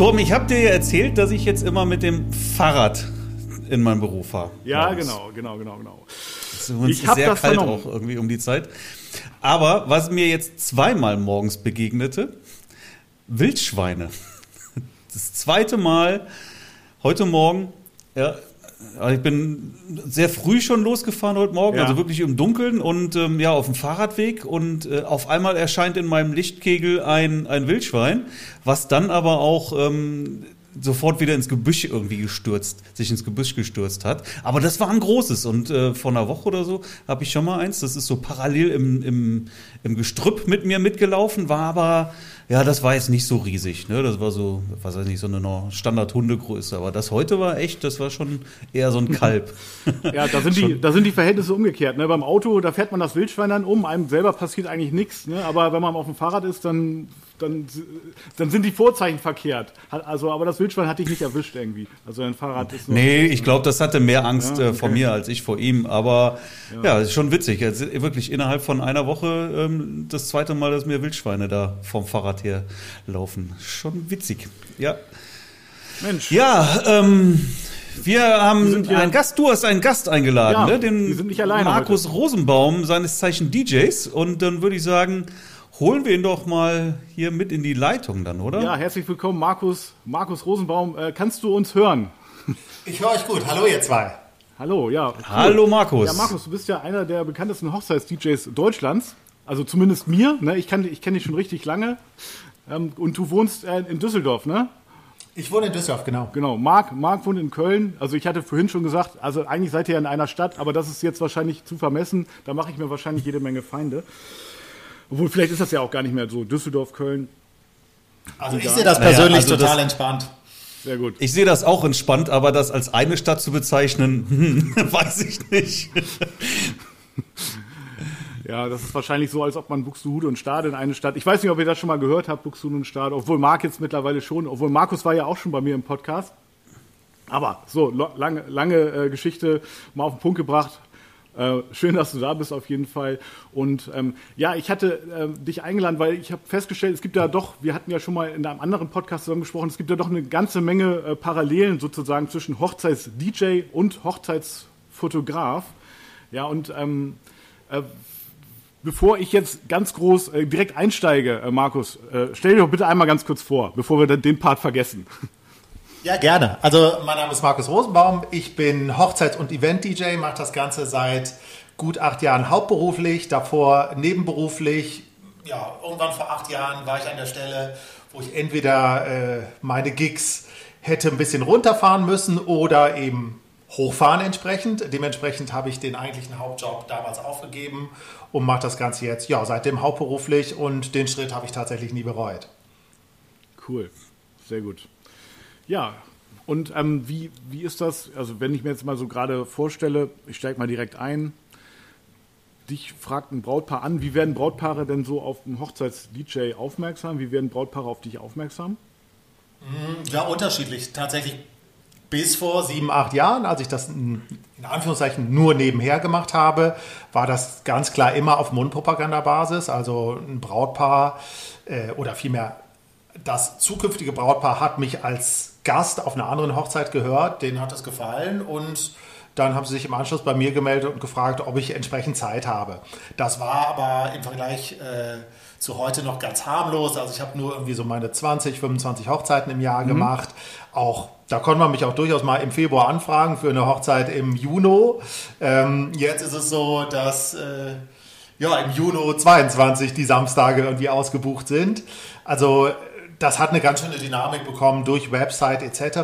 Torben, ich habe dir ja erzählt, dass ich jetzt immer mit dem Fahrrad in meinen Beruf fahre. Ja, genau. Es ist sehr kalt auch irgendwie um die Zeit. Aber was mir jetzt zweimal morgens begegnete, Wildschweine. Das zweite Mal heute Morgen, ja, ich bin sehr früh schon losgefahren heute Morgen, also wirklich im Dunkeln und auf dem Fahrradweg und auf einmal erscheint in meinem Lichtkegel ein Wildschwein, was dann aber auch sofort wieder ins Gebüsch sich ins Gebüsch gestürzt hat. Aber das war ein großes und vor einer Woche oder so habe ich schon mal eins, das ist so parallel im Gestrüpp mit mir mitgelaufen, war aber, ja, das war jetzt nicht so riesig, ne? Das war so, was weiß ich, so eine Standard-Hundegröße. Aber das heute war echt, das war schon eher so ein Kalb. Ja, da sind die Verhältnisse umgekehrt. Ne? Beim Auto, da fährt man das Wildschwein dann um, einem selber passiert eigentlich nichts. Ne? Aber wenn man auf dem Fahrrad ist, dann sind die Vorzeichen verkehrt. Also, aber das Wildschwein hat dich nicht erwischt irgendwie. Also ein Fahrrad ist nur... Nee, ich glaube, das hatte mehr Angst vor mir als ich vor ihm. Aber ja, ist schon witzig. Also wirklich innerhalb von einer Woche das zweite Mal, dass mir Wildschweine da vom Fahrrad her laufen. Schon witzig. Ja. Mensch. Ja, wir haben einen Gast, du hast einen Gast eingeladen, ja, ne? Den wir sind nicht alleine Markus heute. Rosenbaum, seines Zeichen DJs. Und dann würde ich sagen, holen wir ihn doch mal hier mit in die Leitung dann, oder? Ja, herzlich willkommen, Markus Rosenbaum. Kannst du uns hören? Ich höre euch gut. Hallo, ihr zwei. Hallo, ja. Cool. Hallo, Markus. Ja, Markus, du bist ja einer der bekanntesten Hochzeits-DJs Deutschlands. Also zumindest mir. Ne? Ich kenn dich schon richtig lange. Und du wohnst in Düsseldorf, ne? Ich wohne in Düsseldorf, genau. Genau. Marc wohnt in Köln. Also ich hatte vorhin schon gesagt, also eigentlich seid ihr ja in einer Stadt, aber das ist jetzt wahrscheinlich zu vermessen. Da mache ich mir wahrscheinlich jede Menge Feinde. Obwohl, vielleicht ist das ja auch gar nicht mehr so. Düsseldorf, Köln. Also ich sehe das persönlich total entspannt. Sehr gut. Ich sehe das auch entspannt, aber das als eine Stadt zu bezeichnen, weiß ich nicht. Ja, das ist wahrscheinlich so, als ob man Buxtehude und Stade in eine Stadt... Ich weiß nicht, ob ihr das schon mal gehört habt, Buxtehude und Stade, obwohl Marc jetzt mittlerweile schon, obwohl Markus war ja auch schon bei mir im Podcast. Aber so, lange Geschichte mal auf den Punkt gebracht. Schön, dass du da bist auf jeden Fall. Und ich hatte dich eingeladen, weil ich habe festgestellt, es gibt ja doch, wir hatten ja schon mal in einem anderen Podcast zusammen gesprochen, es gibt ja doch eine ganze Menge Parallelen sozusagen zwischen Hochzeits-DJ und Hochzeitsfotograf. Ja, und bevor ich jetzt ganz groß direkt einsteige, Markus, stell dir doch bitte einmal ganz kurz vor, bevor wir dann den Part vergessen. Ja, gerne. Also mein Name ist Markus Rosenbaum. Ich bin Hochzeits- und Event-DJ, mache das Ganze seit gut 8 Jahren hauptberuflich, davor nebenberuflich. Ja, irgendwann vor 8 Jahren war ich an der Stelle, wo ich entweder meine Gigs hätte ein bisschen runterfahren müssen oder eben hochfahren entsprechend. Dementsprechend habe ich den eigentlichen Hauptjob damals aufgegeben und mache das Ganze jetzt seitdem hauptberuflich und den Schritt habe ich tatsächlich nie bereut. Cool, sehr gut. Ja, und wie ist das, also wenn ich mir jetzt mal so gerade vorstelle, ich steige mal direkt ein, dich fragt ein Brautpaar an, wie werden Brautpaare denn so auf einen Hochzeits-DJ aufmerksam? Wie werden Brautpaare auf dich aufmerksam? Ja, unterschiedlich. Tatsächlich bis vor 7, 8 Jahren, als ich das in Anführungszeichen nur nebenher gemacht habe, war das ganz klar immer auf Mundpropagandabasis. Also ein Brautpaar oder vielmehr das zukünftige Brautpaar hat mich als Gast auf einer anderen Hochzeit gehört, denen hat das gefallen und dann haben sie sich im Anschluss bei mir gemeldet und gefragt, ob ich entsprechend Zeit habe. Das war aber im Vergleich zu heute noch ganz harmlos. Also ich habe nur irgendwie so meine 20, 25 Hochzeiten im Jahr gemacht. Auch da konnte man mich auch durchaus mal im Februar anfragen für eine Hochzeit im Juni. Jetzt ist es so, dass im Juni 22 die Samstage irgendwie ausgebucht sind. Also das hat eine ganz schöne Dynamik bekommen durch Website etc.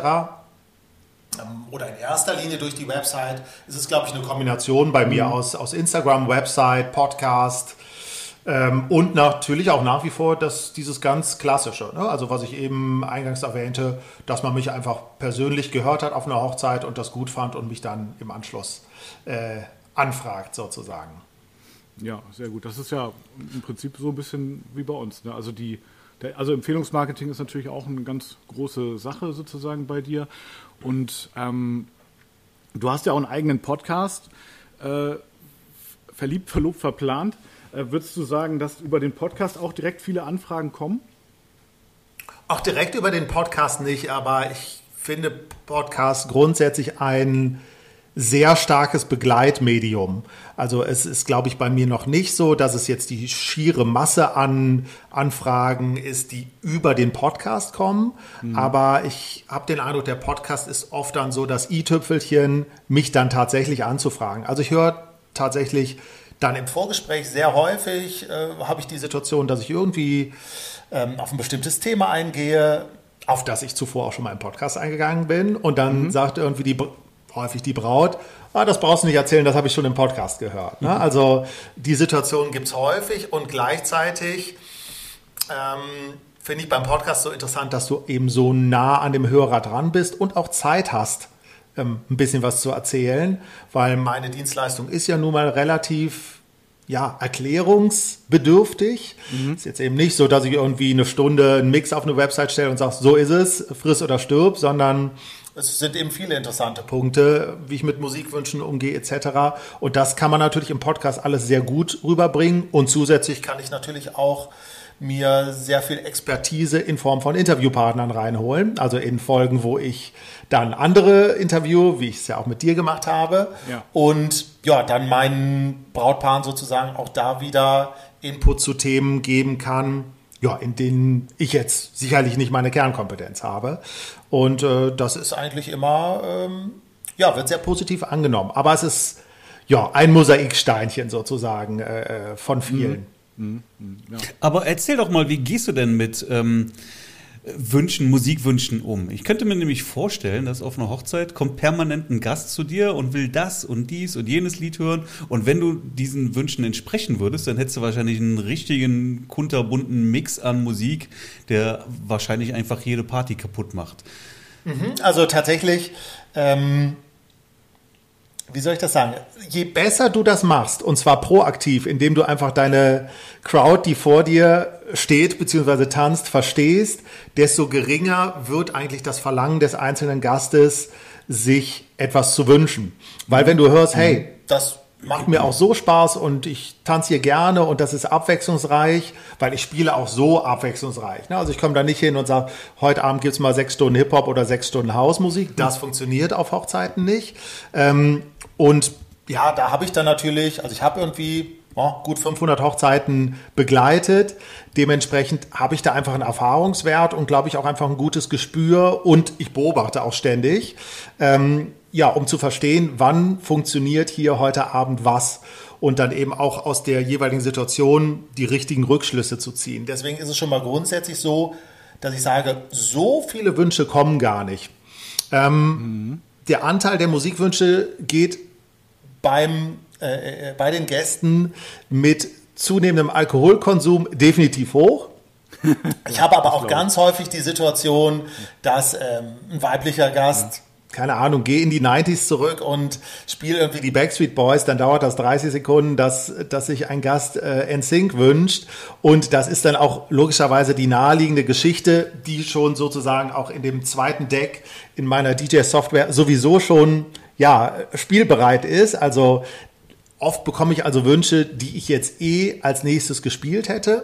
Oder in erster Linie durch die Website. Es ist, glaube ich, eine Kombination bei mir aus Instagram, Website, Podcast und natürlich auch nach wie vor dieses ganz Klassische. Ne? Also was ich eben eingangs erwähnte, dass man mich einfach persönlich gehört hat auf einer Hochzeit und das gut fand und mich dann im Anschluss anfragt sozusagen. Ja, sehr gut. Das ist ja im Prinzip so ein bisschen wie bei uns. Ne? Also Empfehlungsmarketing ist natürlich auch eine ganz große Sache sozusagen bei dir. Und du hast ja auch einen eigenen Podcast, Verliebt, Verlobt, Verplant. Würdest du sagen, dass über den Podcast auch direkt viele Anfragen kommen? Auch direkt über den Podcast nicht, aber ich finde Podcast grundsätzlich ein sehr starkes Begleitmedium. Also es ist, glaube ich, bei mir noch nicht so, dass es jetzt die schiere Masse an Anfragen ist, die über den Podcast kommen. Aber ich habe den Eindruck, der Podcast ist oft dann so das i-Tüpfelchen, mich dann tatsächlich anzufragen. Also ich höre tatsächlich dann im Vorgespräch sehr häufig, habe ich die Situation, dass ich irgendwie auf ein bestimmtes Thema eingehe, auf das ich zuvor auch schon mal im Podcast eingegangen bin. Und dann sagt irgendwie häufig die Braut, das brauchst du nicht erzählen, das habe ich schon im Podcast gehört. Ne? Also die Situation gibt es häufig und gleichzeitig finde ich beim Podcast so interessant, dass du eben so nah an dem Hörer dran bist und auch Zeit hast, ein bisschen was zu erzählen, weil meine Dienstleistung ist ja nun mal relativ erklärungsbedürftig. Ist jetzt eben nicht so, dass ich irgendwie eine Stunde einen Mix auf eine Website stelle und sage, so ist es, friss oder stirb, sondern es sind eben viele interessante Punkte, wie ich mit Musikwünschen umgehe etc. Und das kann man natürlich im Podcast alles sehr gut rüberbringen. Und zusätzlich kann ich natürlich auch mir sehr viel Expertise in Form von Interviewpartnern reinholen. Also in Folgen, wo ich dann andere interviewe, wie ich es ja auch mit dir gemacht habe. Ja. Und dann meinen Brautpaaren sozusagen auch da wieder Input zu Themen geben kann, in denen ich jetzt sicherlich nicht meine Kernkompetenz habe. Und das ist eigentlich immer, wird sehr positiv angenommen. Aber es ist ein Mosaiksteinchen sozusagen von vielen. Ja. Aber erzähl doch mal, wie gehst du denn mit Musikwünschen um? Ich könnte mir nämlich vorstellen, dass auf einer Hochzeit kommt permanent ein Gast zu dir und will das und dies und jenes Lied hören. Und wenn du diesen Wünschen entsprechen würdest, dann hättest du wahrscheinlich einen richtigen, kunterbunten Mix an Musik, der wahrscheinlich einfach jede Party kaputt macht. Also tatsächlich, wie soll ich das sagen? Je besser du das machst, und zwar proaktiv, indem du einfach deine Crowd, die vor dir steht bzw. tanzt, verstehst, desto geringer wird eigentlich das Verlangen des einzelnen Gastes, sich etwas zu wünschen. Weil wenn du hörst, hey, das macht mir auch so Spaß und ich tanze hier gerne und das ist abwechslungsreich, weil ich spiele auch so abwechslungsreich. Ne? Also ich komme da nicht hin und sage, heute Abend gibt es mal 6 Stunden Hip-Hop oder 6 Stunden Hausmusik. Das funktioniert auf Hochzeiten nicht. Und da habe ich dann natürlich, also ich habe irgendwie gut 500 Hochzeiten begleitet. Dementsprechend habe ich da einfach einen Erfahrungswert und glaube ich auch einfach ein gutes Gespür und ich beobachte auch ständig, um zu verstehen, wann funktioniert hier heute Abend was und dann eben auch aus der jeweiligen Situation die richtigen Rückschlüsse zu ziehen. Deswegen ist es schon mal grundsätzlich so, dass ich sage, so viele Wünsche kommen gar nicht. Der Anteil der Musikwünsche geht bei den Gästen mit zunehmendem Alkoholkonsum definitiv hoch. Ich habe aber auch ganz häufig die Situation, dass ein weiblicher Gast, keine Ahnung, geh in die 90s zurück und spiel irgendwie die Backstreet Boys, dann dauert das 30 Sekunden, dass sich ein Gast NSYNC wünscht. Und das ist dann auch logischerweise die naheliegende Geschichte, die schon sozusagen auch in dem zweiten Deck in meiner DJ-Software sowieso schon spielbereit ist. Also oft bekomme ich also Wünsche, die ich jetzt als nächstes gespielt hätte.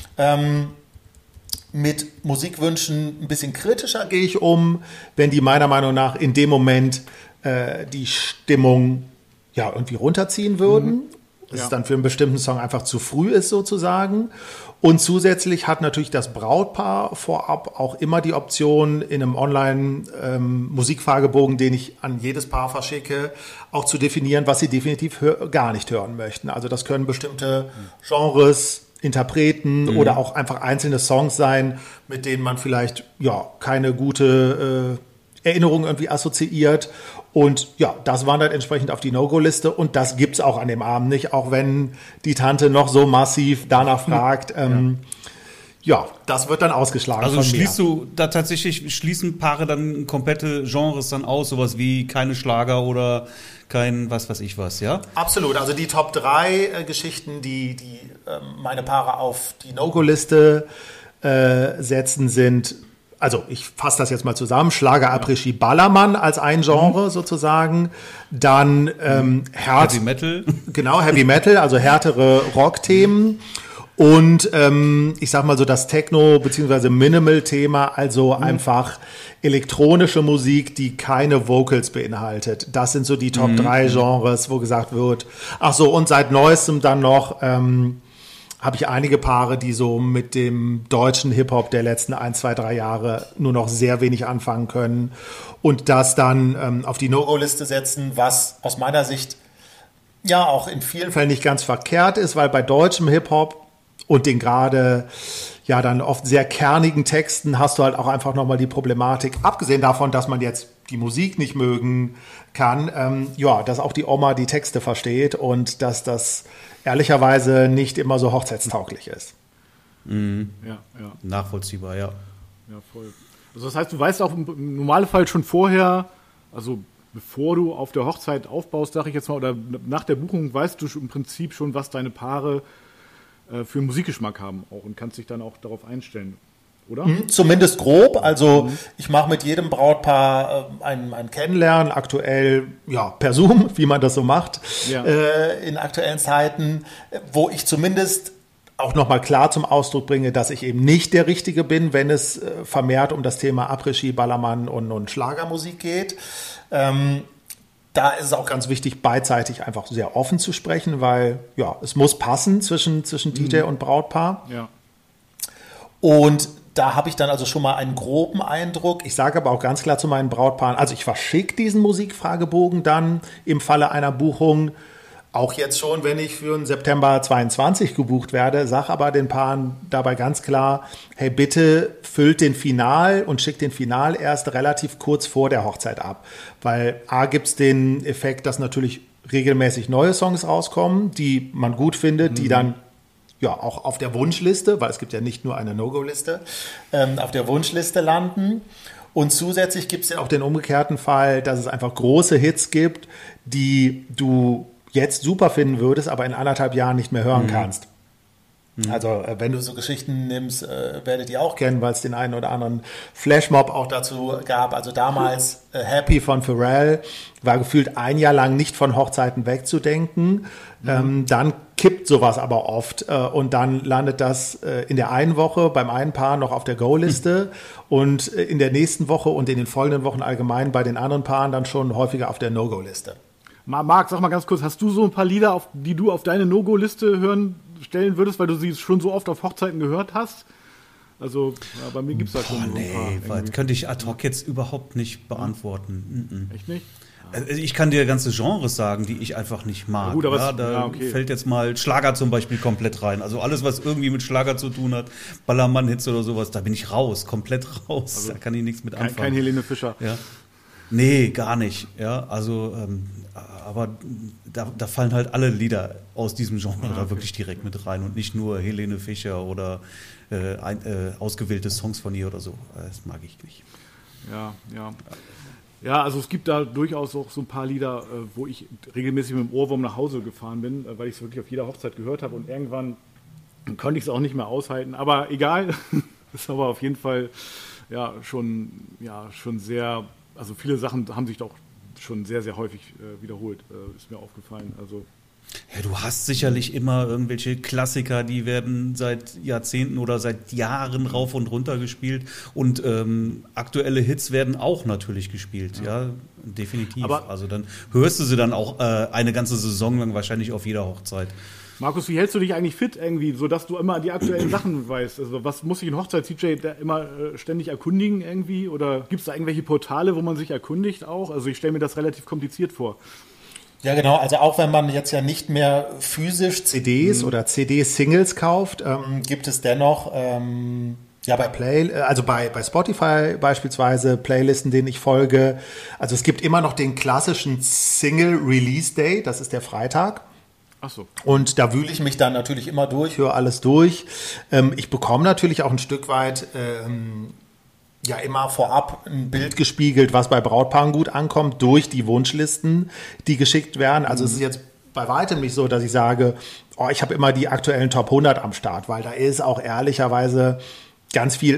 Mit Musikwünschen ein bisschen kritischer gehe ich um, wenn die meiner Meinung nach in dem Moment die Stimmung irgendwie runterziehen würden. Das ist dann für einen bestimmten Song einfach zu früh ist sozusagen. Und zusätzlich hat natürlich das Brautpaar vorab auch immer die Option, in einem Online-Musikfragebogen, den ich an jedes Paar verschicke, auch zu definieren, was sie definitiv gar nicht hören möchten. Also das können bestimmte Genres, Interpreten oder auch einfach einzelne Songs sein, mit denen man vielleicht keine gute Erinnerung irgendwie assoziiert. Und das wandert entsprechend auf die No-Go-Liste und das gibt's auch an dem Abend nicht, auch wenn die Tante noch so massiv danach fragt. Das wird dann ausgeschlagen. Also schließen Paare dann komplette Genres dann aus, sowas wie keine Schlager oder kein was weiß ich was, ja? Absolut, also die Top 3 Geschichten, die meine Paare auf die No-Go-Liste setzen, sind, also ich fasse das jetzt mal zusammen, Schlager, Après-Ski, Ballermann als ein Genre sozusagen, dann Heavy Metal. Genau, Heavy Metal, also härtere Rockthemen Und ich sag mal so das Techno- bzw. Minimal-Thema, also einfach elektronische Musik, die keine Vocals beinhaltet. Das sind so die Top 3 Genres, wo gesagt wird, ach so, und seit Neuestem dann noch habe ich einige Paare, die so mit dem deutschen Hip-Hop der letzten 1, 2, 3 Jahre nur noch sehr wenig anfangen können und das dann auf die No-Go-Liste setzen, was aus meiner Sicht ja auch in vielen Fällen nicht ganz verkehrt ist, weil bei deutschem Hip-Hop und den gerade ja dann oft sehr kernigen Texten hast du halt auch einfach nochmal die Problematik, abgesehen davon, dass man jetzt die Musik nicht mögen kann, dass auch die Oma die Texte versteht und dass das ehrlicherweise nicht immer so hochzeitstauglich ist. Mhm. Ja. Nachvollziehbar, ja. Ja, voll. Also das heißt, du weißt auch im Normalfall schon vorher, also bevor du auf der Hochzeit aufbaust, sage ich jetzt mal, oder nach der Buchung, weißt du im Prinzip schon, was deine Paare für einen Musikgeschmack haben auch und kannst dich dann auch darauf einstellen, oder? Zumindest grob. Also ich mache mit jedem Brautpaar ein Kennenlernen, aktuell per Zoom, wie man das so macht, in aktuellen Zeiten, wo ich zumindest auch nochmal klar zum Ausdruck bringe, dass ich eben nicht der Richtige bin, wenn es vermehrt um das Thema Après-Ski, Ballermann und Schlagermusik geht. Da ist es auch ganz wichtig, beidseitig einfach sehr offen zu sprechen, weil es muss passen zwischen DJ und Brautpaar. Ja. Und da habe ich dann also schon mal einen groben Eindruck. Ich sage aber auch ganz klar zu meinen Brautpaaren, also ich verschicke diesen Musikfragebogen dann im Falle einer Buchung, auch jetzt schon, wenn ich für den September 22 gebucht werde, sage aber den Paaren dabei ganz klar, hey, bitte füllt den Final und schickt den Final erst relativ kurz vor der Hochzeit ab. Weil A, gibt es den Effekt, dass natürlich regelmäßig neue Songs rauskommen, die man gut findet, die dann auch auf der Wunschliste, weil es gibt ja nicht nur eine No-Go-Liste, auf der Wunschliste landen. Und zusätzlich gibt es ja auch den umgekehrten Fall, dass es einfach große Hits gibt, die du jetzt super finden würdest, aber in 1,5 Jahren nicht mehr hören kannst. Also wenn du so Geschichten nimmst, werdet ihr auch kennen, weil es den einen oder anderen Flashmob auch dazu gab. Also damals Happy von Pharrell war gefühlt 1 Jahr lang nicht von Hochzeiten wegzudenken. Dann kippt sowas aber oft und dann landet das in der einen Woche beim einen Paar noch auf der Go-Liste und in der nächsten Woche und in den folgenden Wochen allgemein bei den anderen Paaren dann schon häufiger auf der No-Go-Liste. Marc, sag mal ganz kurz, hast du so ein paar Lieder, die du auf deine No-Go-Liste stellen würdest, weil du sie schon so oft auf Hochzeiten gehört hast? Also bei mir gibt es da schon so ein paar. Das könnte ich ad hoc jetzt überhaupt nicht beantworten. Echt nicht? Also ich kann dir ganze Genres sagen, die ich einfach nicht mag. Ja, gut, aber fällt jetzt mal Schlager zum Beispiel komplett rein. Also alles, was irgendwie mit Schlager zu tun hat, Ballermann-Hits oder sowas, da bin ich komplett raus. Also da kann ich nichts mit anfangen. Kein Helene Fischer. Ja. Nee, gar nicht. Ja, also, aber da fallen halt alle Lieder aus diesem Genre da wirklich direkt mit rein und nicht nur Helene Fischer oder ausgewählte Songs von ihr oder so. Das mag ich nicht. Ja, also es gibt da durchaus auch so ein paar Lieder, wo ich regelmäßig mit dem Ohrwurm nach Hause gefahren bin, weil ich es wirklich auf jeder Hochzeit gehört habe und irgendwann konnte ich es auch nicht mehr aushalten. Aber egal, ist aber auf jeden Fall schon sehr. Also viele Sachen haben sich doch schon sehr, sehr häufig wiederholt, ist mir aufgefallen. Also ja, du hast sicherlich immer irgendwelche Klassiker, die werden seit Jahrzehnten oder seit Jahren rauf und runter gespielt und aktuelle Hits werden auch natürlich gespielt, ja definitiv. Aber also dann hörst du sie dann auch eine ganze Saison lang wahrscheinlich auf jeder Hochzeit. Markus, wie hältst du dich eigentlich fit irgendwie, sodass du immer die aktuellen Sachen weißt? Also was muss sich ein Hochzeits-DJ da immer ständig erkundigen irgendwie? Oder gibt es da irgendwelche Portale, wo man sich erkundigt auch? Also ich stelle mir das relativ kompliziert vor. Ja, genau. Also auch wenn man jetzt ja nicht mehr physisch CDs oder CD-Singles kauft, gibt es dennoch bei Spotify beispielsweise Playlisten, denen ich folge. Also es gibt immer noch den klassischen Single-Release-Day, das ist der Freitag. Ach so. Und da wühle ich mich dann natürlich immer durch, höre alles durch. Ich bekomme natürlich auch ein Stück weit immer vorab ein Bild gespiegelt, was bei Brautpaaren gut ankommt, durch die Wunschlisten, die geschickt werden. Also es ist jetzt bei weitem nicht so, dass ich sage, ich habe immer die aktuellen Top 100 am Start, weil da ist auch ehrlicherweise ganz viel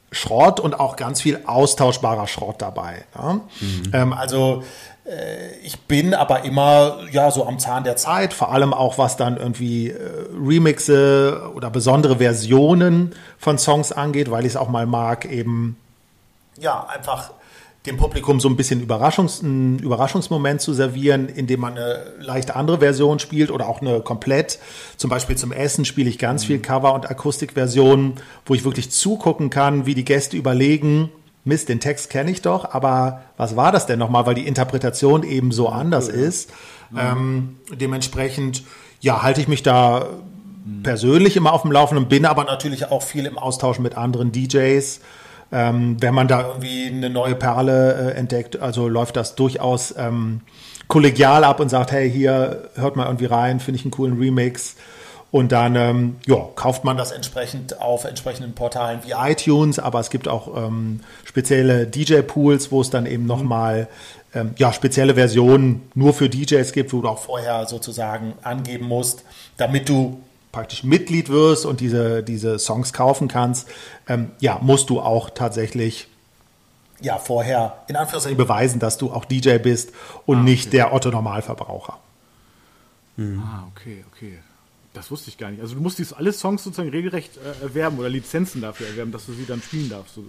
Schrott und auch ganz viel austauschbarer Schrott dabei. Ne? Also ich bin aber immer so am Zahn der Zeit, vor allem auch was dann irgendwie Remixe oder besondere Versionen von Songs angeht, weil ich es auch mal mag, eben einfach dem Publikum so ein bisschen einen Überraschungsmoment zu servieren, indem man eine leicht andere Version spielt oder auch eine komplett. Zum Beispiel zum Essen spiele ich ganz viel Cover- und Akustikversionen, wo ich wirklich zugucken kann, wie die Gäste überlegen, Mist, den Text kenne ich doch, aber was war das denn nochmal, weil die Interpretation eben so anders ist. Dementsprechend, halte ich mich da persönlich immer auf dem Laufenden, bin aber natürlich auch viel im Austausch mit anderen DJs. Wenn man da irgendwie eine neue Perle entdeckt, also läuft das durchaus kollegial ab und sagt, hey, hier hört mal irgendwie rein, finde ich einen coolen Remix. Und dann kauft man das entsprechend auf entsprechenden Portalen wie iTunes, aber es gibt auch spezielle DJ-Pools, wo es dann eben nochmal spezielle Versionen nur für DJs gibt, wo du auch vorher sozusagen angeben musst, damit du praktisch Mitglied wirst und diese Songs kaufen kannst, musst du auch tatsächlich vorher in Anführungszeichen beweisen, dass du auch DJ bist und nicht der Otto-Normalverbraucher. Okay. Das wusste ich gar nicht. Also du musst alle Songs sozusagen regelrecht erwerben oder Lizenzen dafür erwerben, dass du sie dann spielen darfst.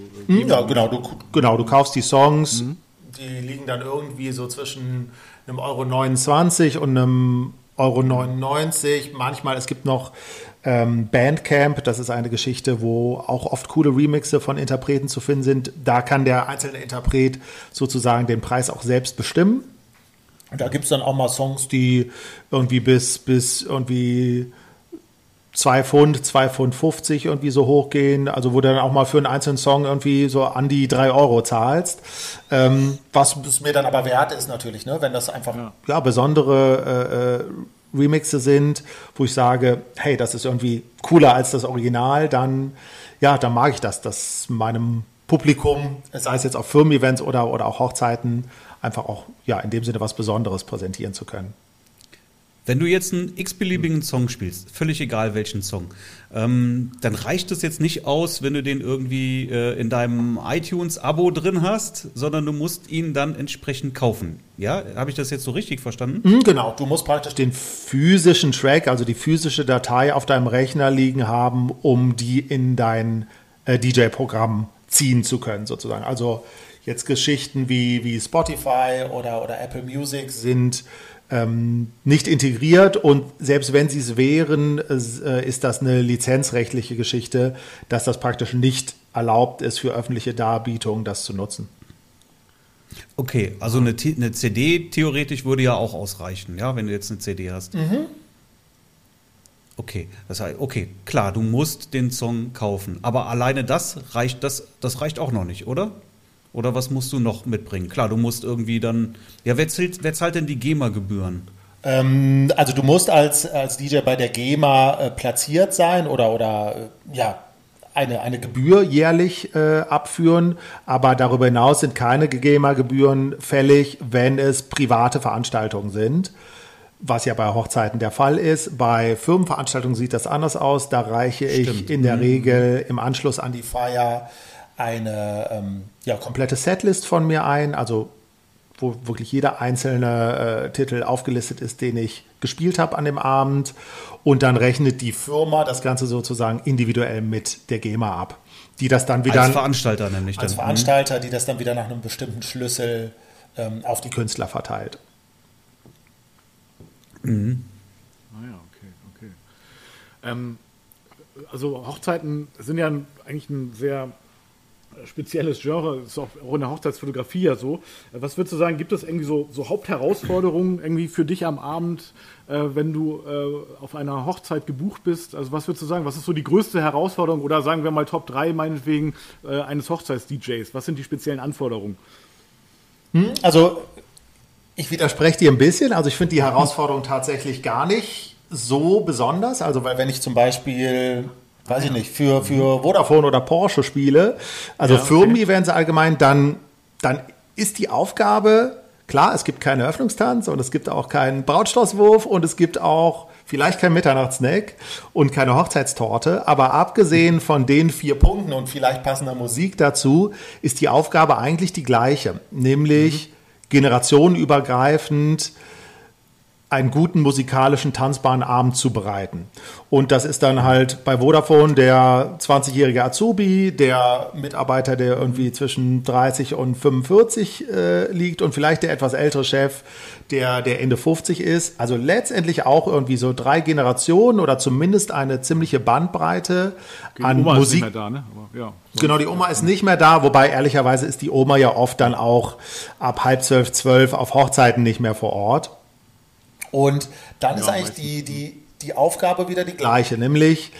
Du kaufst die Songs, die liegen dann irgendwie so zwischen einem €29 und einem €99. Manchmal, es gibt noch Bandcamp, das ist eine Geschichte, wo auch oft coole Remixe von Interpreten zu finden sind. Da kann der einzelne Interpret sozusagen den Preis auch selbst bestimmen. Und da gibt es dann auch mal Songs, die irgendwie bis irgendwie 2 Pfund, 2,50 Pfund irgendwie so hochgehen. Also wo du dann auch mal für einen einzelnen Song irgendwie so an die 3 € zahlst. Was es mir dann aber wert ist natürlich, ne? Wenn das einfach besondere Remixe sind, wo ich sage, hey, das ist irgendwie cooler als das Original, dann mag ich das meinem Publikum, sei es jetzt auf Firmen-Events oder auch Hochzeiten, einfach auch in dem Sinne was Besonderes präsentieren zu können. Wenn du jetzt einen x-beliebigen Song spielst, völlig egal welchen Song, dann reicht es jetzt nicht aus, wenn du den irgendwie in deinem iTunes-Abo drin hast, sondern du musst ihn dann entsprechend kaufen. Ja, habe ich das jetzt so richtig verstanden? Genau, du musst praktisch den physischen Track, also die physische Datei auf deinem Rechner liegen haben, um die in dein DJ-Programm ziehen zu können, sozusagen. Also jetzt Geschichten wie Spotify oder Apple Music sind nicht integriert und selbst wenn sie es wären, ist das eine lizenzrechtliche Geschichte, dass das praktisch nicht erlaubt ist für öffentliche Darbietungen, das zu nutzen. Okay, also eine CD theoretisch würde ja auch ausreichen, ja, wenn du jetzt eine CD hast. Okay, das heißt, klar, du musst den Song kaufen, aber alleine das reicht auch noch nicht, oder? Oder was musst du noch mitbringen? Klar, du musst irgendwie dann, wer zahlt denn die GEMA-Gebühren? Also du musst als DJ bei der GEMA platziert sein oder eine Gebühr jährlich abführen, aber darüber hinaus sind keine GEMA-Gebühren fällig, wenn es private Veranstaltungen sind. Was ja bei Hochzeiten der Fall ist. Bei Firmenveranstaltungen sieht das anders aus. Da reiche ich in der Regel im Anschluss an die Feier eine komplette Setlist von mir ein, also wo wirklich jeder einzelne Titel aufgelistet ist, den ich gespielt habe an dem Abend. Und dann rechnet die Firma das Ganze sozusagen individuell mit der GEMA ab. Die das dann wieder... Als Veranstalter nämlich. Als Veranstalter, die das dann wieder nach einem bestimmten Schlüssel auf die Künstler verteilt. Okay. Also Hochzeiten sind ja eigentlich ein sehr spezielles Genre, ist auch in der Hochzeitsfotografie ja so. Was würdest du sagen, gibt es irgendwie so Hauptherausforderungen irgendwie für dich am Abend, wenn du auf einer Hochzeit gebucht bist? Also was würdest du sagen, was ist so die größte Herausforderung oder sagen wir mal Top 3 meinetwegen eines Hochzeits-DJs? Was sind die speziellen Anforderungen? Also ich widerspreche dir ein bisschen. Also ich finde die Herausforderung tatsächlich gar nicht so besonders. Also weil wenn ich zum Beispiel, weiß ich nicht, für Vodafone oder Porsche spiele, also Firmen-Events allgemein, dann ist die Aufgabe, klar, es gibt keinen Eröffnungstanz und es gibt auch keinen Brautstraußwurf und es gibt auch vielleicht kein Mitternachtssnack und keine Hochzeitstorte, aber abgesehen von den 4 Punkten und vielleicht passender Musik dazu, ist die Aufgabe eigentlich die gleiche, nämlich generationenübergreifend einen guten musikalischen, tanzbaren Abend zu bereiten. Und das ist dann halt bei Vodafone der 20-jährige Azubi, der Mitarbeiter, der irgendwie zwischen 30 und 45 liegt und vielleicht der etwas ältere Chef, der Ende 50 ist. Also letztendlich auch irgendwie so 3 Generationen oder zumindest eine ziemliche Bandbreite an Oma Musik. ist nicht mehr da, ne? Aber, ja. Genau, die Oma ist nicht mehr da, wobei ehrlicherweise ist die Oma ja oft dann auch ab 11:30, 12 auf Hochzeiten nicht mehr vor Ort. Und dann ist eigentlich die Aufgabe wieder die gleiche, nämlich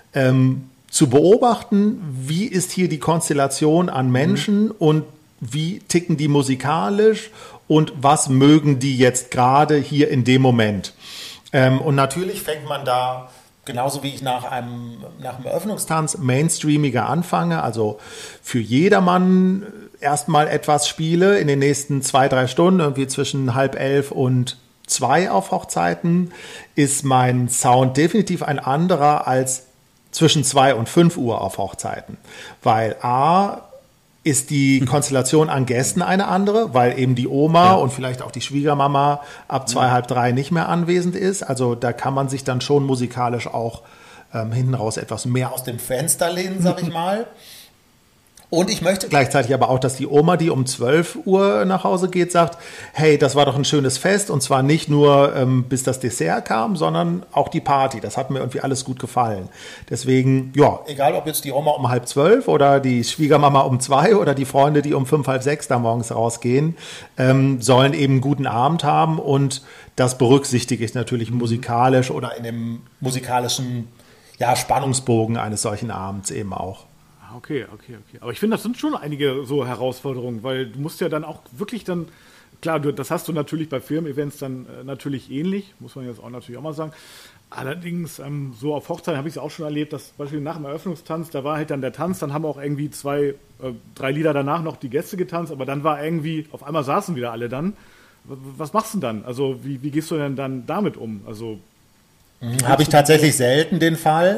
zu beobachten, wie ist hier die Konstellation an Menschen und wie ticken die musikalisch und was mögen die jetzt gerade hier in dem Moment. Und natürlich fängt man da, genauso wie ich nach einem Eröffnungstanz mainstreamiger anfange, also für jedermann erstmal etwas spiele in den nächsten 2-3 Stunden, irgendwie zwischen 10:30 und 2 auf Hochzeiten, ist mein Sound definitiv ein anderer als zwischen 2 und 5 Uhr auf Hochzeiten. Weil A, ist die Konstellation an Gästen eine andere, weil eben die Oma und vielleicht auch die Schwiegermama ab 2, halb 3 nicht mehr anwesend ist. Also da kann man sich dann schon musikalisch auch hinten raus etwas mehr aus dem Fenster lehnen, sag ich mal. Und ich möchte gleichzeitig aber auch, dass die Oma, die um 12 Uhr nach Hause geht, sagt, hey, das war doch ein schönes Fest und zwar nicht nur bis das Dessert kam, sondern auch die Party. Das hat mir irgendwie alles gut gefallen. Deswegen, ja, egal ob jetzt die Oma um 11:30 oder die Schwiegermama um 2 oder die Freunde, die um 5, halb 6 da morgens rausgehen, sollen eben einen guten Abend haben und das berücksichtige ich natürlich musikalisch oder in dem musikalischen Spannungsbogen eines solchen Abends eben auch. Okay. Aber ich finde, das sind schon einige so Herausforderungen, weil du musst ja dann auch wirklich dann, klar, das hast du natürlich bei Firmen-Events dann natürlich ähnlich, muss man jetzt auch natürlich auch mal sagen. Allerdings, so auf Hochzeiten habe ich es auch schon erlebt, dass beispielsweise nach dem Eröffnungstanz, da war halt dann der Tanz, dann haben auch irgendwie 2, 3 Lieder danach noch die Gäste getanzt, aber dann war irgendwie, auf einmal saßen wieder alle dann. Was machst du denn dann? Also wie gehst du denn dann damit um? Also habe ich tatsächlich selten den Fall.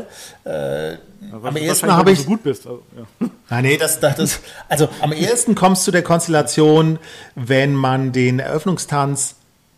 Am ehesten habe ich. So gut bist. Also, ja. Nee, also am ehesten kommst du zu der Konstellation, wenn man den Eröffnungstanz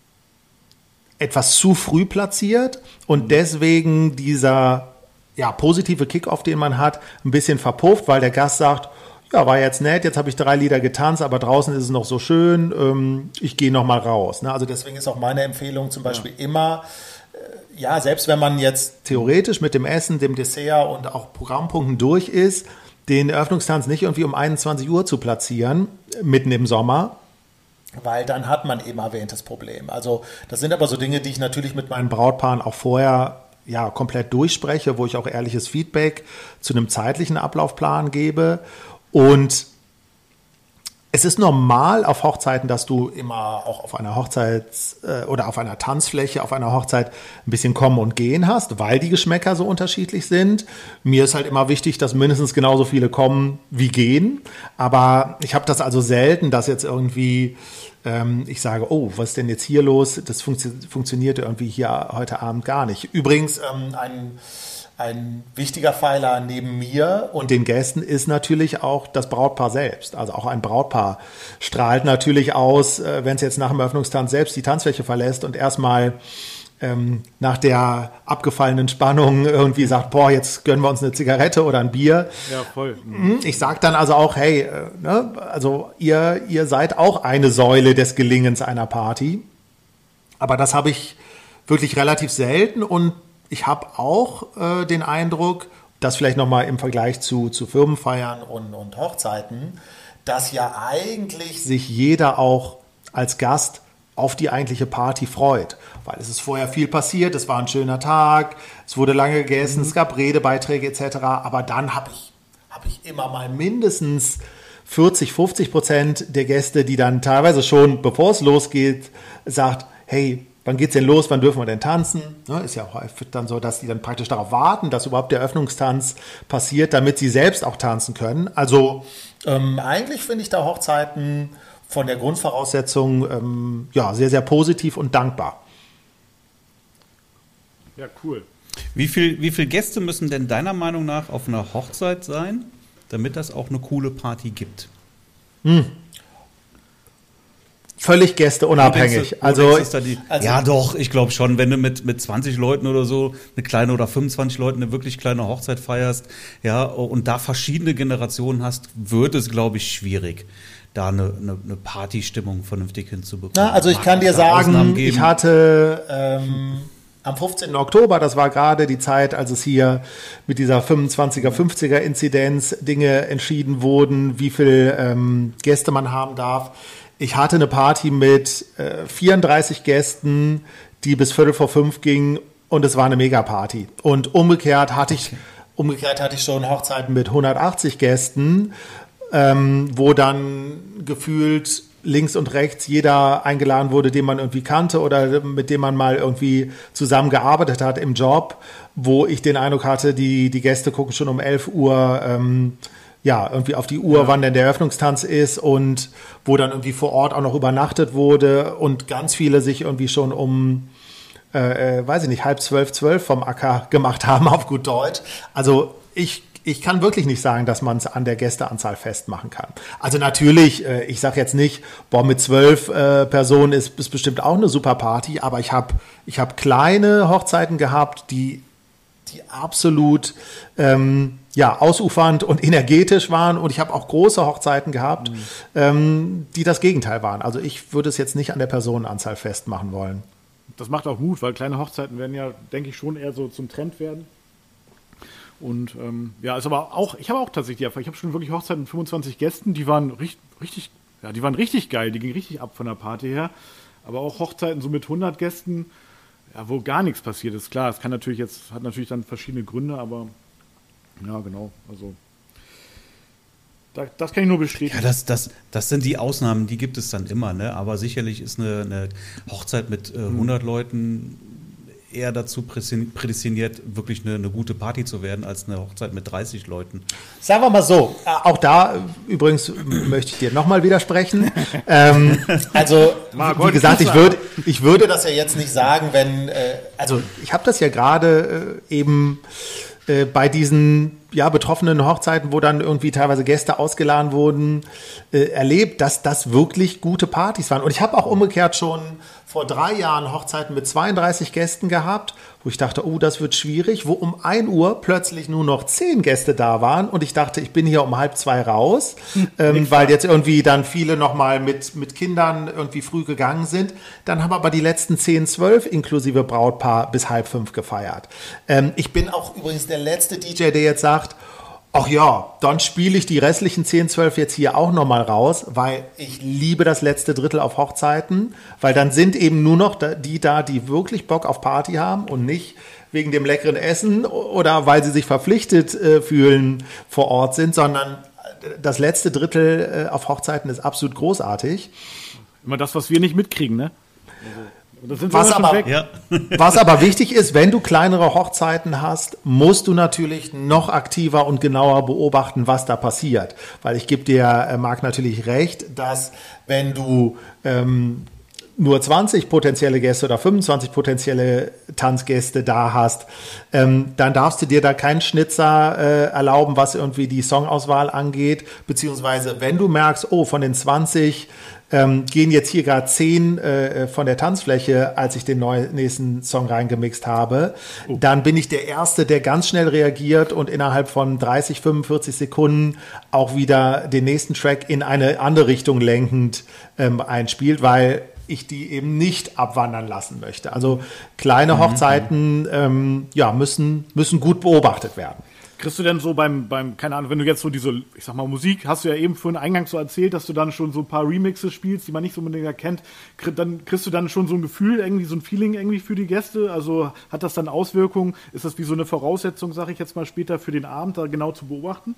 etwas zu früh platziert und deswegen dieser positive Kickoff, den man hat, ein bisschen verpufft, weil der Gast sagt, ja, war jetzt nett, jetzt habe ich 3 Lieder getanzt, aber draußen ist es noch so schön, ich gehe noch mal raus. Also deswegen ist auch meine Empfehlung zum Beispiel immer, selbst wenn man jetzt theoretisch mit dem Essen, dem Dessert und auch Programmpunkten durch ist, den Eröffnungstanz nicht irgendwie um 21 Uhr zu platzieren, mitten im Sommer, weil dann hat man eben erwähntes Problem. Also das sind aber so Dinge, die ich natürlich mit meinen Brautpaaren auch vorher komplett durchspreche, wo ich auch ehrliches Feedback zu einem zeitlichen Ablaufplan gebe. Und es ist normal auf Hochzeiten, dass du immer auch auf einer oder auf einer Tanzfläche, auf einer Hochzeit ein bisschen Kommen und Gehen hast, weil die Geschmäcker so unterschiedlich sind. Mir ist halt immer wichtig, dass mindestens genauso viele kommen wie gehen. Aber ich habe das also selten, dass jetzt irgendwie ich sage, oh, was ist denn jetzt hier los? Das funktioniert irgendwie hier heute Abend gar nicht. Übrigens, ein wichtiger Pfeiler neben mir und den Gästen ist natürlich auch das Brautpaar selbst. Also auch ein Brautpaar strahlt natürlich aus, wenn es jetzt nach dem Eröffnungstanz selbst die Tanzfläche verlässt und erstmal nach der abgefallenen Spannung irgendwie sagt, boah, jetzt gönnen wir uns eine Zigarette oder ein Bier. Ja, voll. Ich sage dann also auch, hey, also ihr seid auch eine Säule des Gelingens einer Party. Aber das habe ich wirklich relativ selten und ich habe auch den Eindruck, dass vielleicht nochmal im Vergleich zu Firmenfeiern und Hochzeiten, dass ja eigentlich sich jeder auch als Gast auf die eigentliche Party freut. Weil es ist vorher viel passiert, es war ein schöner Tag, es wurde lange gegessen, es gab Redebeiträge etc. Aber dann habe ich immer mal mindestens 40-50% der Gäste, die dann teilweise schon, bevor es losgeht, sagt, hey, wann geht's denn los, wann dürfen wir denn tanzen? Ist ja auch häufig dann so, dass die dann praktisch darauf warten, dass überhaupt der Eröffnungstanz passiert, damit sie selbst auch tanzen können. Also eigentlich finde ich da Hochzeiten von der Grundvoraussetzung sehr, sehr positiv und dankbar. Ja, cool. Wie viel Gäste müssen denn deiner Meinung nach auf einer Hochzeit sein, damit das auch eine coole Party gibt? Völlig gästeunabhängig. Ja, doch, ich glaube schon, wenn du mit 20 Leuten oder so eine kleine oder 25 Leuten eine wirklich kleine Hochzeit feierst, ja, und da verschiedene Generationen hast, wird es, glaube ich, schwierig, da eine Partystimmung vernünftig hinzubekommen. Na, also ich kann dir sagen, ich hatte am 15. Oktober, das war gerade die Zeit, als es hier mit dieser 25er, 50er Inzidenz Dinge entschieden wurden, wie viel Gäste man haben darf. Ich hatte eine Party mit 34 Gästen, die bis 4:45 ging, und es war eine Megaparty. Und umgekehrt hatte ich schon Hochzeiten mit 180 Gästen, wo dann gefühlt links und rechts jeder eingeladen wurde, den man irgendwie kannte oder mit dem man mal irgendwie zusammengearbeitet hat im Job, wo ich den Eindruck hatte, die Gäste gucken schon um 11 Uhr irgendwie auf die Uhr, wann denn der Eröffnungstanz ist, und wo dann irgendwie vor Ort auch noch übernachtet wurde und ganz viele sich irgendwie schon um, weiß ich nicht, 11:30 vom Acker gemacht haben, auf gut Deutsch. Also ich kann wirklich nicht sagen, dass man es an der Gästeanzahl festmachen kann. Also natürlich, ich sage jetzt nicht, mit 12 Personen ist bestimmt auch eine super Party, aber ich hab kleine Hochzeiten gehabt, die absolut ausufernd und energetisch waren, und ich habe auch große Hochzeiten gehabt, die das Gegenteil waren. Also ich würde es jetzt nicht an der Personenanzahl festmachen wollen. Das macht auch Mut, weil kleine Hochzeiten werden ja, denke ich, schon eher so zum Trend werden. Und ist aber auch, ich habe auch tatsächlich die Erfahrung, ich habe schon wirklich Hochzeiten mit 25 Gästen, die waren richtig geil, die gingen richtig ab von der Party her. Aber auch Hochzeiten so mit 100 Gästen, ja, wo gar nichts passiert ist. Klar, es hat natürlich dann verschiedene Gründe, aber ja, genau, also das kann ich nur bestätigen. Ja, das sind die Ausnahmen, die gibt es dann immer, ne? Aber sicherlich ist eine Hochzeit mit 100 Leuten eher dazu prädestiniert, wirklich eine gute Party zu werden, als eine Hochzeit mit 30 Leuten. Sagen wir mal so, auch da übrigens möchte ich dir nochmal widersprechen. Also, wie gesagt, ich würde das ja jetzt nicht sagen, wenn, also ich habe das ja gerade eben bei diesen betroffenen Hochzeiten, wo dann irgendwie teilweise Gäste ausgeladen wurden, erlebt, dass das wirklich gute Partys waren. Und ich habe auch umgekehrt schon vor 3 Jahren Hochzeiten mit 32 Gästen gehabt, wo ich dachte, das wird schwierig, wo um 1 Uhr plötzlich nur noch 10 Gäste da waren, und ich dachte, ich bin hier um 1:30 raus, weil jetzt irgendwie dann viele nochmal mit Kindern irgendwie früh gegangen sind. Dann haben aber die letzten 10, 12 inklusive Brautpaar bis 4:30 gefeiert. Ich bin auch übrigens der letzte DJ, der jetzt sagt, ach ja, dann spiele ich die restlichen 10, 12 jetzt hier auch nochmal raus, weil ich liebe das letzte Drittel auf Hochzeiten, weil dann sind eben nur noch die da, die wirklich Bock auf Party haben und nicht wegen dem leckeren Essen oder weil sie sich verpflichtet fühlen, vor Ort sind, sondern das letzte Drittel auf Hochzeiten ist absolut großartig. Immer das, was wir nicht mitkriegen, ne? Was aber wichtig ist, wenn du kleinere Hochzeiten hast, musst du natürlich noch aktiver und genauer beobachten, was da passiert. Weil ich gebe dir, Marc, natürlich recht, dass wenn du nur 20 potenzielle Gäste oder 25 potenzielle Tanzgäste da hast, dann darfst du dir da keinen Schnitzer erlauben, was irgendwie die Songauswahl angeht. Beziehungsweise, wenn du merkst, von den 20 gehen jetzt hier gerade 10 von der Tanzfläche, als ich den nächsten Song reingemixt habe, dann bin ich der Erste, der ganz schnell reagiert und innerhalb von 30, 45 Sekunden auch wieder den nächsten Track in eine andere Richtung lenkend einspielt, weil ich die eben nicht abwandern lassen möchte. Also kleine Hochzeiten müssen gut beobachtet werden. Kriegst du denn so beim, keine Ahnung, wenn du jetzt so diese, ich sag mal, Musik, hast du ja eben vorhin eingangs so erzählt, dass du dann schon so ein paar Remixes spielst, die man nicht so unbedingt erkennt, dann kriegst du dann schon so ein Gefühl, irgendwie so ein Feeling irgendwie für die Gäste? Also hat das dann Auswirkungen? Ist das wie so eine Voraussetzung, sage ich jetzt mal später, für den Abend da genau zu beobachten?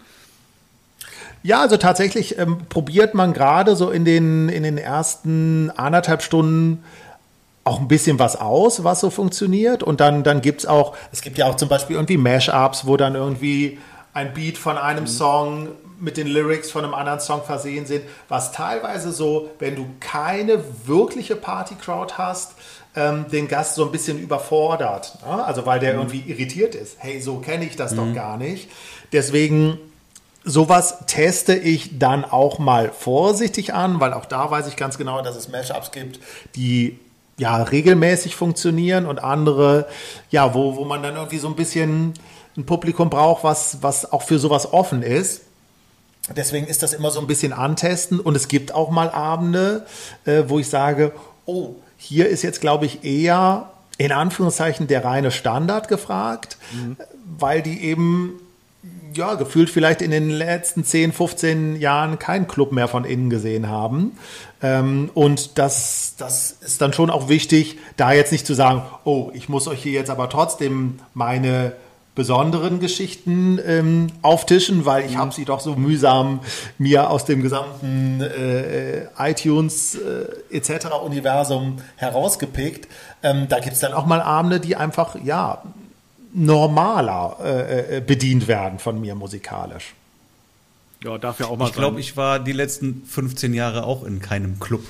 Ja, also tatsächlich probiert man gerade so in den ersten 1,5 Stunden auch ein bisschen was aus, was so funktioniert. Und dann gibt es gibt ja auch zum Beispiel irgendwie Mashups, wo dann irgendwie ein Beat von einem Song mit den Lyrics von einem anderen Song versehen sind, was teilweise so, wenn du keine wirkliche Party-Crowd hast, den Gast so ein bisschen überfordert. Ne? Also weil der irgendwie irritiert ist. Hey, so kenne ich das doch gar nicht. Deswegen, sowas teste ich dann auch mal vorsichtig an, weil auch da weiß ich ganz genau, dass es Mashups gibt, die ja regelmäßig funktionieren und andere, ja, wo man dann irgendwie so ein bisschen ein Publikum braucht, was auch für sowas offen ist. Deswegen ist das immer so ein bisschen antesten und es gibt auch mal Abende, wo ich sage, oh, hier ist jetzt, glaube ich, eher in Anführungszeichen der reine Standard gefragt, weil die eben ja gefühlt vielleicht in den letzten 10, 15 Jahren keinen Club mehr von innen gesehen haben. Und das ist dann schon auch wichtig, da jetzt nicht zu sagen, oh, ich muss euch hier jetzt aber trotzdem meine besonderen Geschichten auftischen, weil ich habe sie doch so mühsam mir aus dem gesamten iTunes etc. Universum herausgepickt. Da gibt es dann auch mal Abende, die einfach ja normaler bedient werden von mir musikalisch. Ja, darf ja auch mal sein. Ich glaube, ich war die letzten 15 Jahre auch in keinem Club.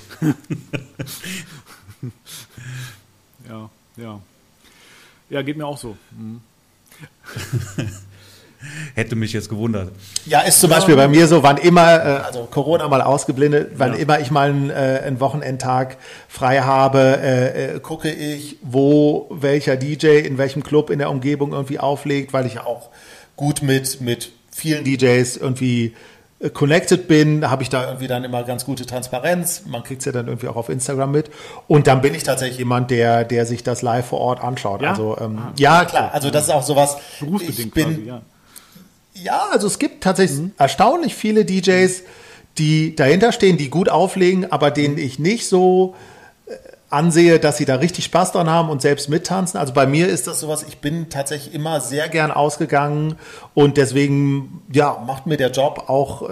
Ja, geht mir auch so. Hätte mich jetzt gewundert. Ja, ist zum Beispiel bei mir so, wann immer, also Corona mal ausgeblendet, wann immer ich mal einen Wochenendtag frei habe, gucke ich, wo welcher DJ in welchem Club in der Umgebung irgendwie auflegt, weil ich ja auch gut mit vielen DJs irgendwie connected bin, habe ich da irgendwie dann immer ganz gute Transparenz. Man kriegt es ja dann irgendwie auch auf Instagram mit. Und dann bin ich tatsächlich jemand, der sich das live vor Ort anschaut. Ja? Also ja, klar. Also das ist auch sowas. Berufsbedingt quasi, ja. Ja, also es gibt tatsächlich erstaunlich viele DJs, die dahinter stehen, die gut auflegen, aber denen ich nicht so ansehe, dass sie da richtig Spaß dran haben und selbst mittanzen. Also bei mir ist das sowas, ich bin tatsächlich immer sehr gern ausgegangen und deswegen, ja, macht mir der Job auch,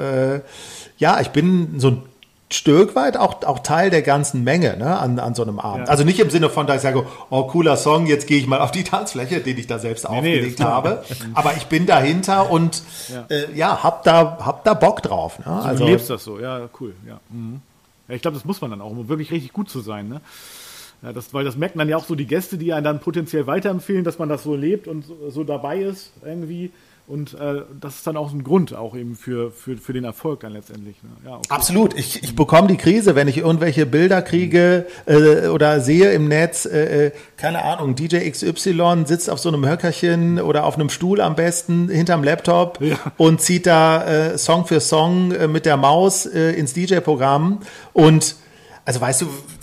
ich bin so ein Stück weit auch Teil der ganzen Menge, ne, an so einem Abend. Ja. Also nicht im Sinne von, dass ich sage, oh, cooler Song, jetzt gehe ich mal auf die Tanzfläche, den ich da selbst aufgelegt habe. Aber ich bin dahinter und hab da Bock drauf. Ne? Also du lebst das so, ja, cool. Ja. Ja, ich glaube, das muss man dann auch, um wirklich richtig gut zu sein. Ne? Ja, weil das merken dann ja auch so die Gäste, die einen dann potenziell weiterempfehlen, dass man das so lebt und so dabei ist irgendwie. Und das ist dann auch ein Grund auch eben für den Erfolg dann letztendlich. Ne? Ja, okay. Absolut. Ich bekomme die Krise, wenn ich irgendwelche Bilder kriege oder sehe im Netz, keine Ahnung, DJ XY sitzt auf so einem Höckerchen oder auf einem Stuhl am besten hinterm Laptop und zieht da Song für Song mit der Maus ins DJ-Programm. Und also weißt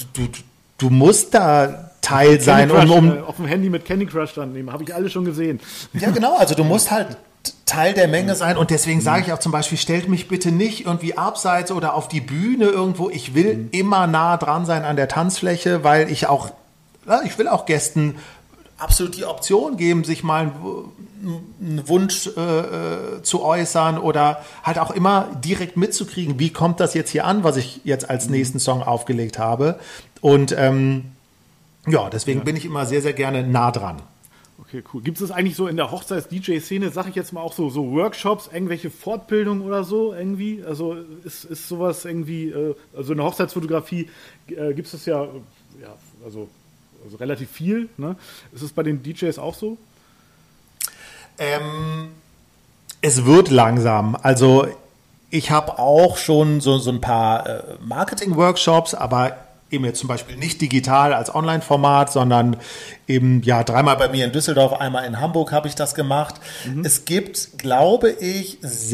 du musst da Teil sein, um auf dem Handy mit Candy Crush dann nehmen, habe ich alle schon gesehen. Ja, genau, also du musst halt Teil der Menge sein und deswegen sage ich auch zum Beispiel, stellt mich bitte nicht irgendwie abseits oder auf die Bühne irgendwo, ich will immer nah dran sein an der Tanzfläche, weil ich will auch Gästen absolut die Option geben, sich mal einen Wunsch zu äußern oder halt auch immer direkt mitzukriegen, wie kommt das jetzt hier an, was ich jetzt als nächsten Song aufgelegt habe und deswegen bin ich immer sehr, sehr gerne nah dran. Okay, cool. Gibt es das eigentlich so in der Hochzeits-DJ-Szene, sag ich jetzt mal auch so Workshops, irgendwelche Fortbildungen oder so irgendwie? Also ist sowas irgendwie, also in der Hochzeitsfotografie gibt es das ja, also relativ viel, ne? Ist es bei den DJs auch so? Es wird langsam. Also ich habe auch schon so ein paar Marketing-Workshops, aber eben jetzt zum Beispiel nicht digital als Online-Format, sondern eben dreimal bei mir in Düsseldorf, einmal in Hamburg habe ich das gemacht. Es gibt, glaube ich, es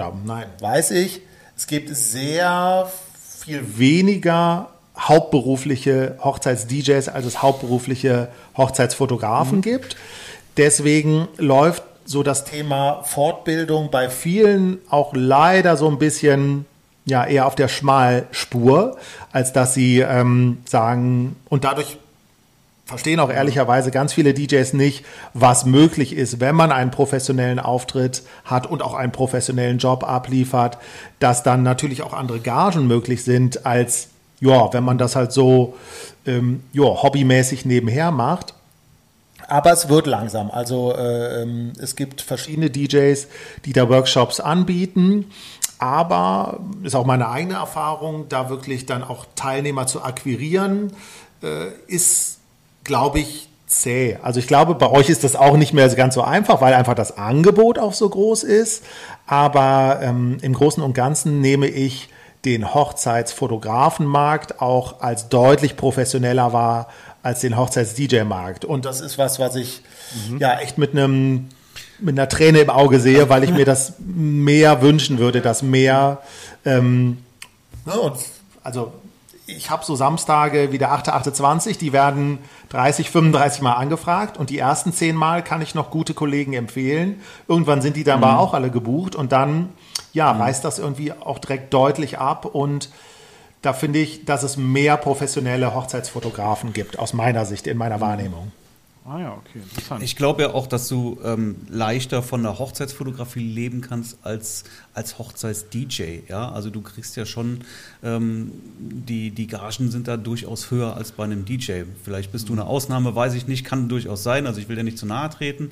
gibt sehr viel weniger hauptberufliche Hochzeits-DJs, als es hauptberufliche Hochzeitsfotografen gibt. Deswegen läuft so das Thema Fortbildung bei vielen auch leider so ein bisschen eher auf der Schmalspur, als dass sie sagen, und dadurch verstehen auch ehrlicherweise ganz viele DJs nicht, was möglich ist, wenn man einen professionellen Auftritt hat und auch einen professionellen Job abliefert, dass dann natürlich auch andere Gagen möglich sind, als wenn man das halt so hobbymäßig nebenher macht. Aber es wird langsam. Also es gibt verschiedene DJs, die da Workshops anbieten. Aber ist auch meine eigene Erfahrung, da wirklich dann auch Teilnehmer zu akquirieren, ist glaube ich, zäh. Also ich glaube, bei euch ist das auch nicht mehr ganz so einfach, weil einfach das Angebot auch so groß ist. Aber im Großen und Ganzen nehme ich den Hochzeitsfotografenmarkt auch als deutlich professioneller wahr als den Hochzeits-DJ-Markt. Und das ist was ich ja echt mit einer Träne im Auge sehe, weil ich mir das mehr wünschen würde, dass mehr also ich habe so Samstage wie der 8.28, die werden 30, 35 Mal angefragt und die ersten 10 Mal kann ich noch gute Kollegen empfehlen. Irgendwann sind die dann aber auch alle gebucht und dann reißt das irgendwie auch direkt deutlich ab und da finde ich, dass es mehr professionelle Hochzeitsfotografen gibt, aus meiner Sicht, in meiner Wahrnehmung. Ah ja, okay, interessant. Ich glaube ja auch, dass du leichter von der Hochzeitsfotografie leben kannst als Hochzeits-DJ. Ja? Also du kriegst ja schon, die Gagen sind da durchaus höher als bei einem DJ. Vielleicht bist du eine Ausnahme, weiß ich nicht, kann durchaus sein. Also ich will dir nicht zu nahe treten.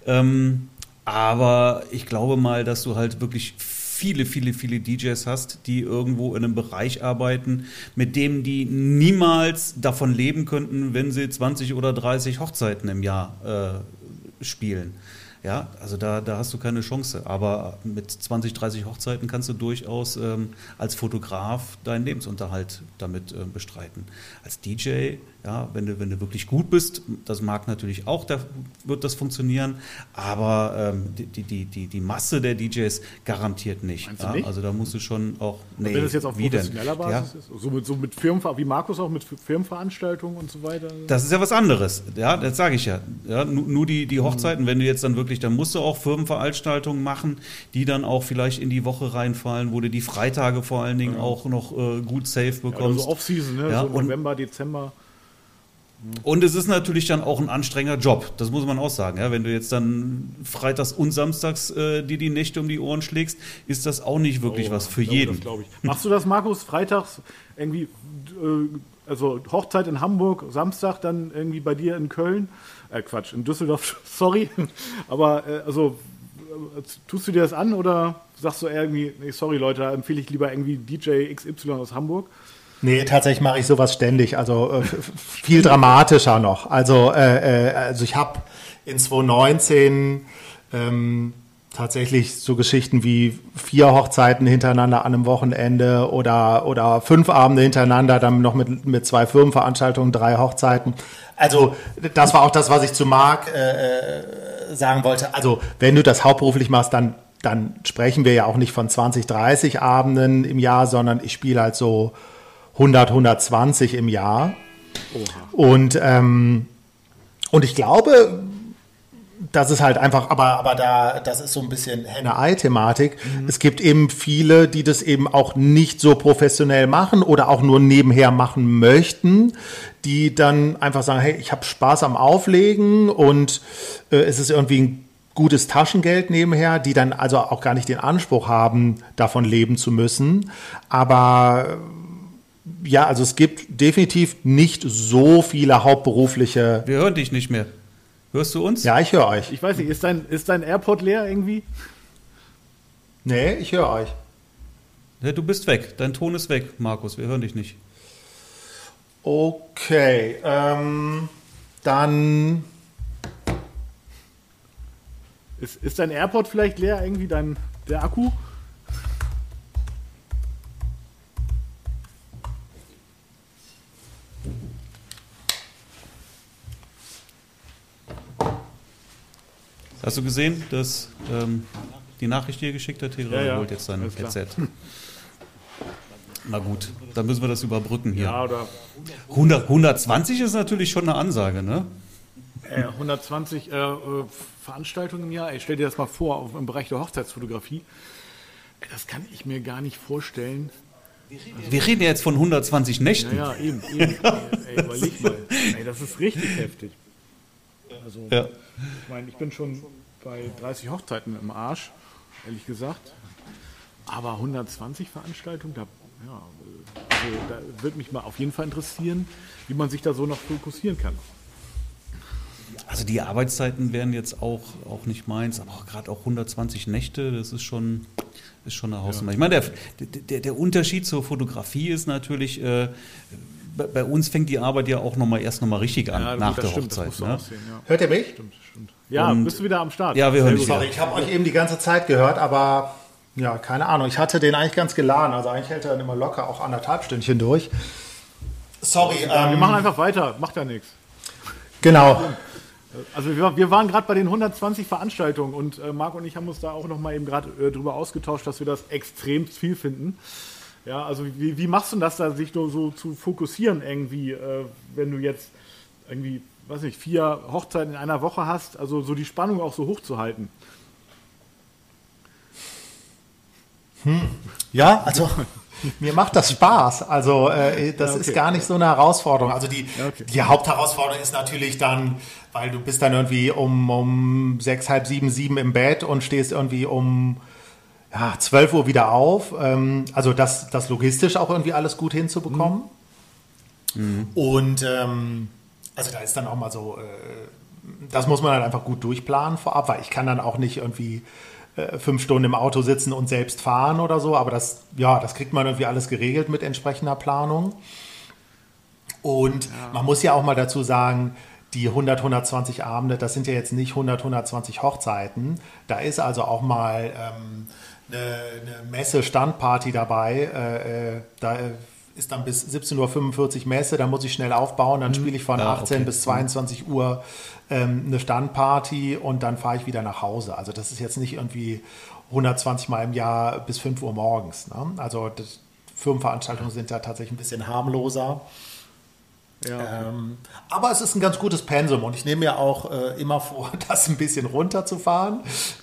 Aber ich glaube mal, dass du halt wirklich viele DJs hast, die irgendwo in einem Bereich arbeiten, mit dem die niemals davon leben könnten, wenn sie 20 oder 30 Hochzeiten im Jahr spielen. Ja, also da hast du keine Chance. Aber mit 20, 30 Hochzeiten kannst du durchaus als Fotograf deinen Lebensunterhalt damit bestreiten. Als DJ, ja, wenn du wirklich gut bist, das mag natürlich auch, da wird das funktionieren, aber die Masse der DJs garantiert nicht. Meinst du nicht? Also da musst du schon auch... Nee, wenn das jetzt auf professioneller Basis ist, so mit wie Markus auch, mit Firmenveranstaltungen und so weiter? Das ist ja was anderes, ja, das sage ich ja. Nur die Hochzeiten, wenn du jetzt dann wirklich, dann musst du auch Firmenveranstaltungen machen, die dann auch vielleicht in die Woche reinfallen, wo du die Freitage vor allen Dingen auch noch gut safe bekommst. Ja, so Off-Season, ne? Ja, so November, Dezember. Und es ist natürlich dann auch ein anstrengender Job, das muss man auch sagen. Ja, wenn du jetzt dann freitags und samstags dir die Nächte um die Ohren schlägst, ist das auch nicht wirklich was für jeden. Das glaube ich. Machst du das, Markus, freitags irgendwie, also Hochzeit in Hamburg, Samstag dann irgendwie bei dir in Köln? Quatsch, in Düsseldorf, sorry. Aber tust du dir das an oder sagst du irgendwie, nee, sorry Leute, da empfehle ich lieber irgendwie DJ XY aus Hamburg? Nee, tatsächlich mache ich sowas ständig, also viel dramatischer noch. Also ich habe in 2019 tatsächlich so Geschichten wie 4 Hochzeiten hintereinander an einem Wochenende oder 5 Abende hintereinander, dann noch mit 2 Firmenveranstaltungen, 3 Hochzeiten. Also das war auch das, was ich zu Marc sagen wollte. Also wenn du das hauptberuflich machst, dann sprechen wir ja auch nicht von 20, 30 Abenden im Jahr, sondern ich spiele halt so 100, 120 im Jahr. Oha. Und ich glaube, das ist halt einfach, aber das ist so ein bisschen Henne-Ei-Thematik. Es gibt eben viele, die das eben auch nicht so professionell machen oder auch nur nebenher machen möchten, die dann einfach sagen, hey, ich habe Spaß am Auflegen und es ist irgendwie ein gutes Taschengeld nebenher, die dann also auch gar nicht den Anspruch haben, davon leben zu müssen. Aber ja, also es gibt definitiv nicht so viele hauptberufliche... Wir hören dich nicht mehr. Hörst du uns? Ja, ich höre euch. Ich weiß nicht, ist dein AirPod leer irgendwie? Nee, ich höre euch. Ja, du bist weg. Dein Ton ist weg, Markus. Wir hören dich nicht. Okay, dann... Ist dein AirPod vielleicht leer irgendwie, der Akku? Hast du gesehen, dass die Nachricht, die er geschickt hat, Theodor holt jetzt sein Headset. Na gut, dann müssen wir das überbrücken hier. Ja, oder 120 ist natürlich schon eine Ansage, ne? 120 Veranstaltungen im Jahr. Stell dir das mal vor, im Bereich der Hochzeitsfotografie. Das kann ich mir gar nicht vorstellen. Wir reden ja jetzt von 120 Nächten. Ja, eben. Überleg mal. Das ist richtig heftig. Also, ja. Ich meine, ich bin schon bei 30 Hochzeiten im Arsch, ehrlich gesagt. Aber 120 Veranstaltungen, da würde mich mal auf jeden Fall interessieren, wie man sich da so noch fokussieren kann. Also die Arbeitszeiten wären jetzt auch nicht meins, aber auch gerade auch 120 Nächte, das ist schon eine Hausnummer. Ja. Ich meine, der Unterschied zur Fotografie ist natürlich, bei uns fängt die Arbeit ja auch erst nochmal richtig an, nach der Hochzeit. Ne? Aussehen, ja. Hört ihr mich? Stimmt. Ja, bist du wieder am Start? Ja, wir hören dich. Sorry, ich habe euch eben die ganze Zeit gehört, aber ja, keine Ahnung. Ich hatte den eigentlich ganz geladen. Also eigentlich hält er dann immer locker auch 1,5 Stündchen durch. Sorry. Wir machen einfach weiter. Macht ja nichts. Genau. Also wir waren gerade bei den 120 Veranstaltungen und Marc und ich haben uns da auch noch mal eben gerade drüber ausgetauscht, dass wir das extrem viel finden. Ja, also wie machst du das da, sich so zu fokussieren irgendwie, wenn du jetzt irgendwie, weiß nicht, 4 Hochzeiten in einer Woche hast, also so die Spannung auch so hoch zu halten? Ja, also mir macht das Spaß. Also das ist gar nicht so eine Herausforderung. Also die Hauptherausforderung ist natürlich dann, weil du bist dann irgendwie um 6, halb 7, 7 im Bett und stehst irgendwie um 12 Uhr wieder auf. Also das logistisch auch irgendwie alles gut hinzubekommen. Und also da ist dann auch mal so, das muss man dann einfach gut durchplanen vorab, weil ich kann dann auch nicht irgendwie 5 Stunden im Auto sitzen und selbst fahren oder so, aber das kriegt man irgendwie alles geregelt mit entsprechender Planung. Und man muss ja auch mal dazu sagen, die 100, 120 Abende, das sind ja jetzt nicht 100, 120 Hochzeiten. Da ist also auch mal eine Messe-Standparty dabei. Da ist dann bis 17.45 Uhr Messe, da muss ich schnell aufbauen, dann spiele ich von 18 bis 22 Uhr eine Standparty und dann fahre ich wieder nach Hause. Also das ist jetzt nicht irgendwie 120 Mal im Jahr bis 5 Uhr morgens. Ne? Also Firmenveranstaltungen sind da tatsächlich ein bisschen harmloser. Ja. Aber es ist ein ganz gutes Pensum und ich nehme mir auch immer vor, das ein bisschen runterzufahren.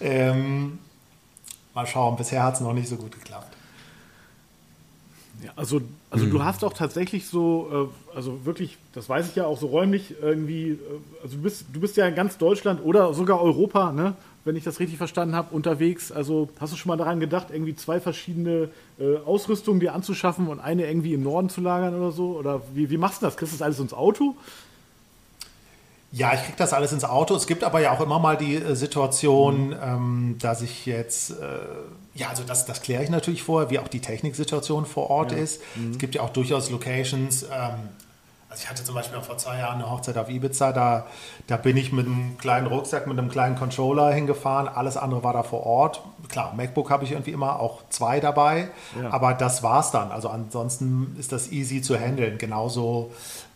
Mal schauen, bisher hat es noch nicht so gut geklappt. Ja, also du hast auch tatsächlich so, also wirklich, das weiß ich ja auch so räumlich irgendwie, also du bist ja in ganz Deutschland oder sogar Europa, ne, wenn ich das richtig verstanden habe, unterwegs. Also hast du schon mal daran gedacht, irgendwie 2 verschiedene Ausrüstungen dir anzuschaffen und eine irgendwie im Norden zu lagern oder so? Oder wie machst du das? Kriegst du das alles ins Auto? Ja, ich kriege das alles ins Auto. Es gibt aber ja auch immer mal die Situation, dass ich jetzt, also das kläre ich natürlich vorher, wie auch die Techniksituation vor Ort ist. Es gibt ja auch durchaus Locations. Also ich hatte zum Beispiel auch vor 2 Jahren eine Hochzeit auf Ibiza, da bin ich mit einem kleinen Rucksack, mit einem kleinen Controller hingefahren. Alles andere war da vor Ort. Klar, MacBook habe ich irgendwie immer auch 2 dabei, aber das war's dann. Also ansonsten ist das easy zu handeln. Genauso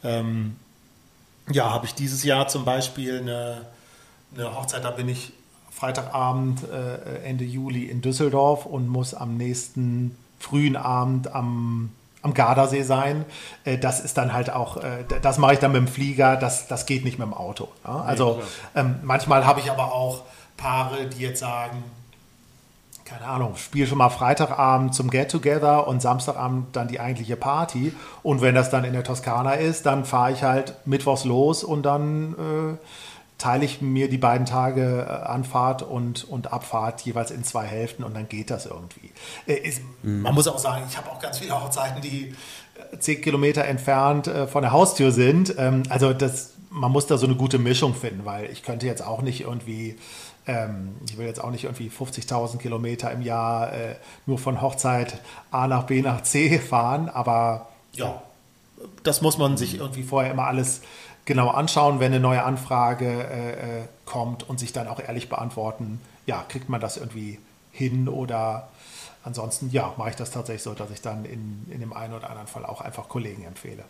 habe ich dieses Jahr zum Beispiel eine Hochzeit, da bin ich Freitagabend Ende Juli in Düsseldorf und muss am nächsten frühen Abend am Gardasee sein. Das ist dann halt auch, das mache ich dann mit dem Flieger, das geht nicht mit dem Auto. Ja? Also manchmal habe ich aber auch Paare, die jetzt sagen, keine Ahnung, spiele schon mal Freitagabend zum Get-Together und Samstagabend dann die eigentliche Party. Und wenn das dann in der Toskana ist, dann fahre ich halt mittwochs los und dann teile ich mir die beiden Tage Anfahrt und Abfahrt jeweils in 2 Hälften und dann geht das irgendwie. Man muss auch sagen, ich habe auch ganz viele Hochzeiten, die 10 Kilometer entfernt von der Haustür sind. Also man muss da so eine gute Mischung finden, weil ich könnte jetzt auch nicht irgendwie ich will jetzt auch nicht irgendwie 50.000 Kilometer im Jahr nur von Hochzeit A nach B nach C fahren, aber ja, das muss man sich irgendwie vorher immer alles genau anschauen, wenn eine neue Anfrage kommt und sich dann auch ehrlich beantworten, ja, kriegt man das irgendwie hin oder ansonsten, ja, mache ich das tatsächlich so, dass ich dann in dem einen oder anderen Fall auch einfach Kollegen empfehle.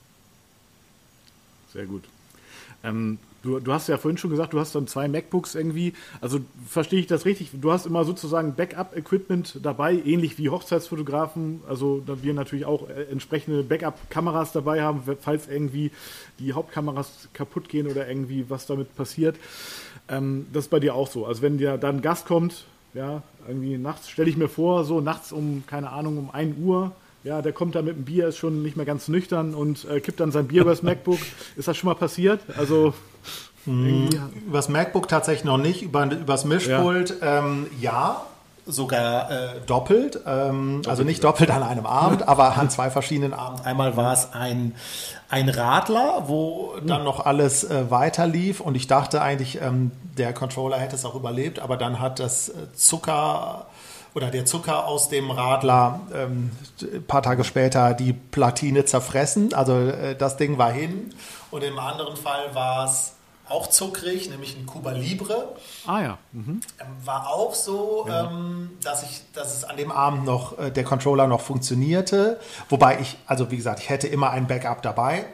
Sehr gut. Du hast ja vorhin schon gesagt, du hast dann 2 MacBooks irgendwie. Also verstehe ich das richtig? Du hast immer sozusagen Backup-Equipment dabei, ähnlich wie Hochzeitsfotografen. Also da wir natürlich auch entsprechende Backup-Kameras dabei haben, falls irgendwie die Hauptkameras kaputt gehen oder irgendwie was damit passiert. Das ist bei dir auch so. Also wenn dir dann ein Gast kommt, ja, irgendwie nachts, stelle ich mir vor, so nachts um 1 Uhr, ja, der kommt da mit dem Bier, ist schon nicht mehr ganz nüchtern und kippt dann sein Bier übers MacBook. Ist das schon mal passiert? Also übers MacBook tatsächlich noch nicht, übers Mischpult ja, sogar doppelt. Also nicht doppelt an einem Abend, aber an 2 verschiedenen Abenden. Einmal war es ein Radler, wo dann noch alles weiter lief und ich dachte eigentlich, der Controller hätte es auch überlebt, aber dann hat das oder der Zucker aus dem Radler ein paar Tage später die Platine zerfressen. Also das Ding war hin. Und im anderen Fall war es auch zuckrig, nämlich ein Cuba Libre. Ah ja. War auch so, dass es an dem Abend noch, der Controller noch funktionierte. Wobei wie gesagt, ich hätte immer ein Backup dabei.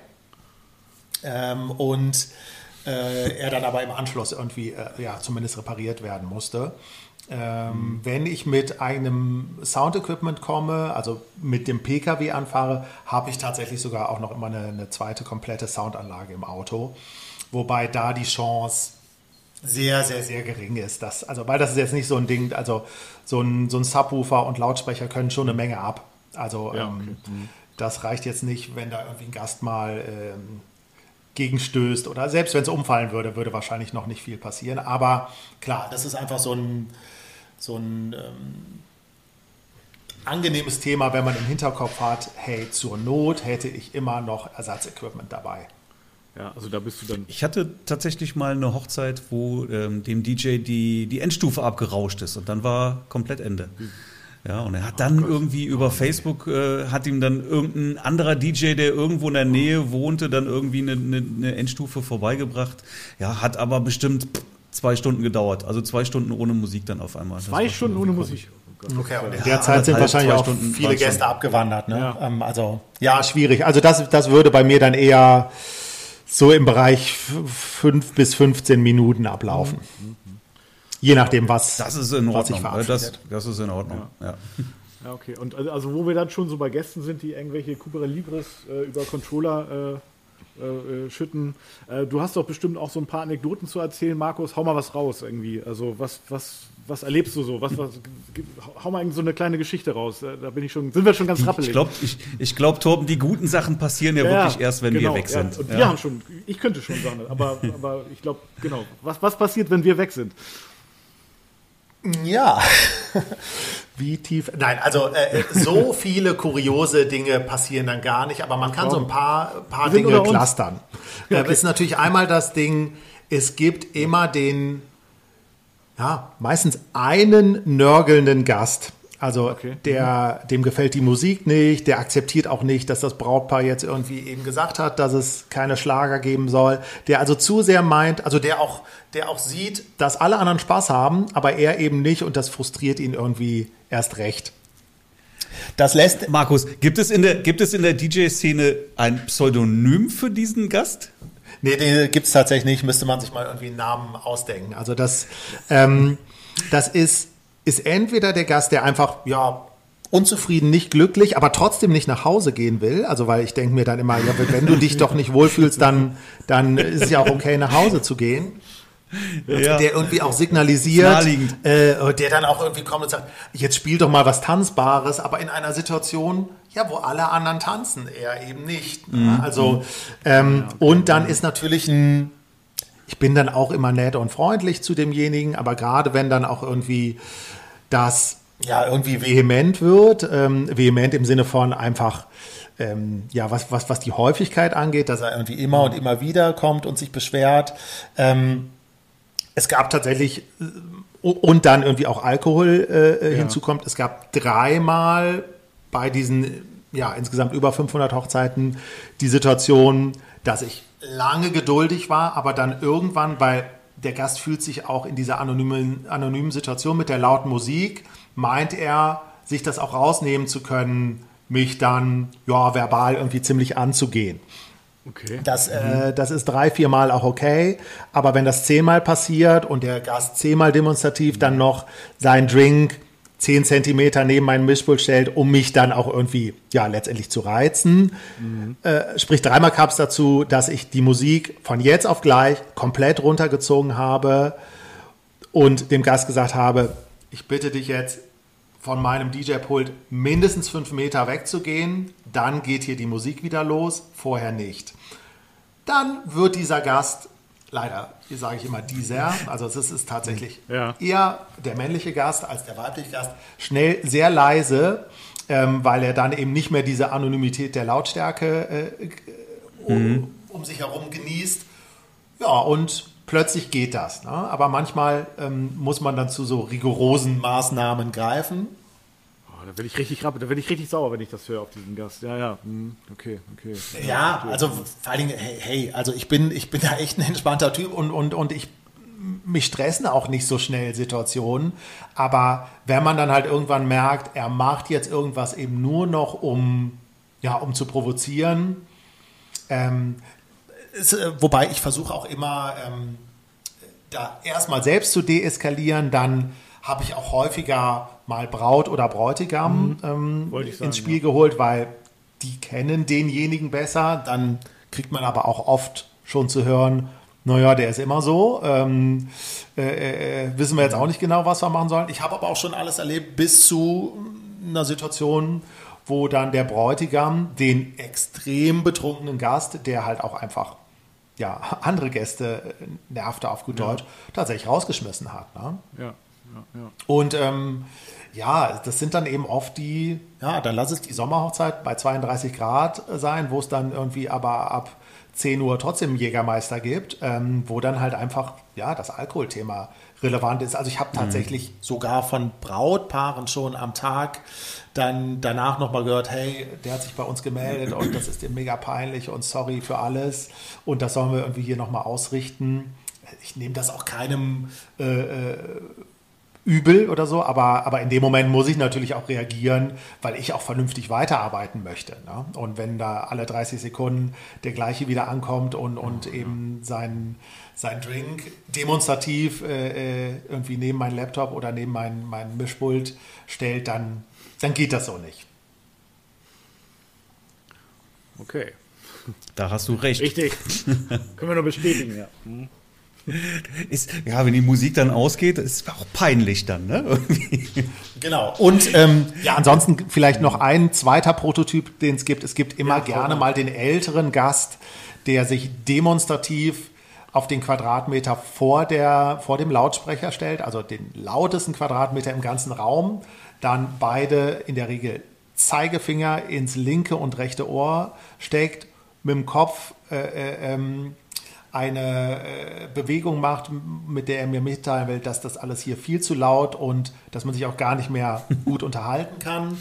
Und er dann aber im Anschluss irgendwie zumindest repariert werden musste. Wenn ich mit einem Sound-Equipment komme, also mit dem PKW anfahre, habe ich tatsächlich sogar auch noch immer eine zweite komplette Soundanlage im Auto. Wobei da die Chance sehr, sehr, sehr gering ist. Weil das ist jetzt nicht so ein Ding, also so ein Subwoofer und Lautsprecher können schon eine Menge ab. Also das reicht jetzt nicht, wenn da irgendwie ein Gast mal gegenstößt oder selbst wenn es umfallen würde, würde wahrscheinlich noch nicht viel passieren. Aber klar, das ist einfach so ein angenehmes Thema, wenn man im Hinterkopf hat, hey, zur Not hätte ich immer noch Ersatzequipment dabei. Ja, also da bist du dann. Ich hatte tatsächlich mal eine Hochzeit, wo dem DJ die Endstufe abgerauscht ist und dann war komplett Ende. Ja, und er hat dann irgendwie über Facebook, hat ihm dann irgendein anderer DJ, der irgendwo in der Nähe wohnte, dann irgendwie eine Endstufe vorbeigebracht. Ja, hat aber bestimmt 2 Stunden gedauert. Also 2 Stunden ohne Musik dann auf einmal. 2 Stunden ohne Musik? Okay, und in der Zeit sind wahrscheinlich auch viele Gäste abgewandert. Ne? Ja. Schwierig. Also das würde bei mir dann eher so im Bereich 5 bis 15 Minuten ablaufen. Je nachdem, was ist in Ordnung. sich verabschiedet. Das ist in Ordnung, ja. Ja, okay. Und also wo wir dann schon so bei Gästen sind, die irgendwelche Cuba Libres über Controller schütten. Du hast doch bestimmt auch so ein paar Anekdoten zu erzählen, Markus. Hau mal was raus irgendwie. Also was erlebst du so? Hau mal so eine kleine Geschichte raus. Da sind wir schon ganz rappelig. Ich glaube, Torben, die guten Sachen passieren wirklich erst, wenn wir weg sind. Und wir haben schon, ich könnte schon sagen, aber ich glaube, genau. Was passiert, wenn wir weg sind? Ja, wie tief? Nein, also so viele kuriose Dinge passieren dann gar nicht, aber man kann so ein paar Dinge clustern. Okay. Das ist natürlich einmal das Ding, es gibt immer meistens einen nörgelnden Gast. Also dem gefällt die Musik nicht, der akzeptiert auch nicht, dass das Brautpaar jetzt irgendwie eben gesagt hat, dass es keine Schlager geben soll, der also zu sehr meint, also der auch sieht, dass alle anderen Spaß haben, aber er eben nicht und das frustriert ihn irgendwie erst recht. Markus, gibt es in der DJ-Szene ein Pseudonym für diesen Gast? Nee, den gibt es tatsächlich nicht, müsste man sich mal irgendwie einen Namen ausdenken. Also das ist entweder der Gast, der einfach, unzufrieden, nicht glücklich, aber trotzdem nicht nach Hause gehen will. Also, weil ich denke mir dann immer, wenn du dich doch nicht wohlfühlst, dann ist es ja auch okay, nach Hause zu gehen. Ja. Der irgendwie auch signalisiert, der dann auch irgendwie kommt und sagt, jetzt spiel doch mal was Tanzbares, aber in einer Situation, wo alle anderen tanzen, er eben nicht. Mhm. Also, und dann ist natürlich ich bin dann auch immer nett und freundlich zu demjenigen, aber gerade wenn dann auch irgendwie das irgendwie vehement wird, vehement im Sinne von einfach, was die Häufigkeit angeht, dass er irgendwie immer und immer wieder kommt und sich beschwert. Es gab tatsächlich, und dann irgendwie auch Alkohol hinzukommt, es gab 3-mal bei diesen, insgesamt über 500 Hochzeiten die Situation, dass ich lange geduldig war, aber dann irgendwann, weil der Gast fühlt sich auch in dieser anonymen Situation mit der lauten Musik, meint er, sich das auch rausnehmen zu können, mich dann verbal irgendwie ziemlich anzugehen. Okay. Das ist 3-4 Mal auch okay, aber wenn das 10-mal passiert und der Gast 10-mal demonstrativ dann noch seinen Drink 10 Zentimeter neben meinen Mischpult stellt, um mich dann auch irgendwie letztendlich zu reizen. Sprich, 3-mal kam es dazu, dass ich die Musik von jetzt auf gleich komplett runtergezogen habe und dem Gast gesagt habe, ich bitte dich jetzt von meinem DJ-Pult mindestens 5 Meter wegzugehen, dann geht hier die Musik wieder los, vorher nicht. Dann wird dieser Gast, leider sage ich immer dieser, also es ist tatsächlich eher der männliche Gast als der weibliche Gast, schnell sehr leise, weil er dann eben nicht mehr diese Anonymität der Lautstärke um sich herum genießt. Ja, und plötzlich geht das. Ne? Aber manchmal muss man dann zu so rigorosen Maßnahmen greifen. Da werde ich richtig sauer, wenn ich das höre auf diesen Gast. Ja, okay. Ja, also vor allen Dingen, hey, also ich bin da echt ein entspannter Typ und mich stressen auch nicht so schnell Situationen. Aber wenn man dann halt irgendwann merkt, er macht jetzt irgendwas eben nur noch, um zu provozieren, wobei ich versuche auch immer, da erstmal selbst zu deeskalieren, dann habe ich auch häufiger mal Braut oder Bräutigam ins Spiel geholt, weil die kennen denjenigen besser. Dann kriegt man aber auch oft schon zu hören, naja, der ist immer so. Wissen wir jetzt auch nicht genau, was wir machen sollen. Ich habe aber auch schon alles erlebt, bis zu einer Situation, wo dann der Bräutigam den extrem betrunkenen Gast, der halt auch einfach andere Gäste nervte auf gut Deutsch, tatsächlich rausgeschmissen hat. Ne? Ja. Und das sind dann eben oft dann lass es die Sommerhochzeit bei 32 Grad sein, wo es dann irgendwie aber ab 10 Uhr trotzdem Jägermeister gibt, wo dann halt einfach das Alkoholthema relevant ist. Also ich habe tatsächlich sogar von Brautpaaren schon am Tag dann danach nochmal gehört, hey, der hat sich bei uns gemeldet und das ist dir mega peinlich und sorry für alles und das sollen wir irgendwie hier nochmal ausrichten. Ich nehme das auch keinem übel oder so, aber in dem Moment muss ich natürlich auch reagieren, weil ich auch vernünftig weiterarbeiten möchte. Ne? Und wenn da alle 30 Sekunden der gleiche wieder ankommt und eben sein Drink demonstrativ irgendwie neben meinen Laptop oder neben mein Mischpult stellt, dann geht das so nicht. Okay. Da hast du recht. Richtig. Können wir nur bestätigen, ja. Wenn die Musik dann ausgeht, ist es auch peinlich dann, ne? Irgendwie. Genau. Und ansonsten vielleicht noch ein zweiter Prototyp, den es gibt. Es gibt immer gerne mal den älteren Gast, der sich demonstrativ auf den Quadratmeter vor dem Lautsprecher stellt, also den lautesten Quadratmeter im ganzen Raum, dann beide in der Regel Zeigefinger ins linke und rechte Ohr steckt, mit dem Kopf eine Bewegung macht, mit der er mir mitteilen will, dass das alles hier viel zu laut und dass man sich auch gar nicht mehr gut unterhalten kann.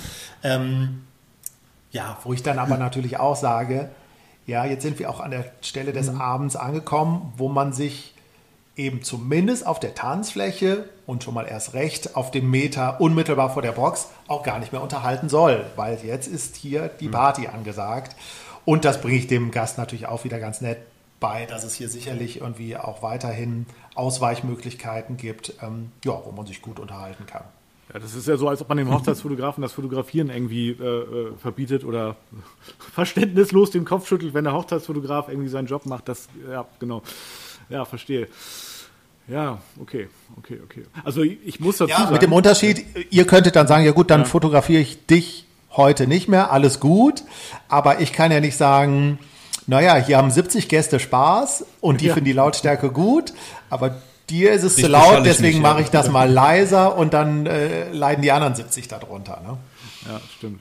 Wo ich dann aber natürlich auch sage, jetzt sind wir auch an der Stelle des Abends angekommen, wo man sich eben zumindest auf der Tanzfläche und schon mal erst recht auf dem Meter unmittelbar vor der Box auch gar nicht mehr unterhalten soll, weil jetzt ist hier die Party angesagt. Und das bringe ich dem Gast natürlich auch wieder ganz nett bei, dass es hier sicherlich irgendwie auch weiterhin Ausweichmöglichkeiten gibt, wo man sich gut unterhalten kann. Ja, das ist ja so, als ob man dem Hochzeitsfotografen das Fotografieren irgendwie verbietet oder verständnislos den Kopf schüttelt, wenn der Hochzeitsfotograf irgendwie seinen Job macht. Genau. Ja, verstehe. Ja, okay. Also ich muss dazu sagen... Mit dem Unterschied, ihr könntet dann sagen, ja gut, dann fotografiere ich dich heute nicht mehr, alles gut, aber ich kann ja nicht sagen... Naja, hier haben 70 Gäste Spaß und die finden die Lautstärke gut, aber dir ist es zu laut, deswegen mache ich das mal leiser und dann leiden die anderen 70 darunter. Ne? Ja, stimmt.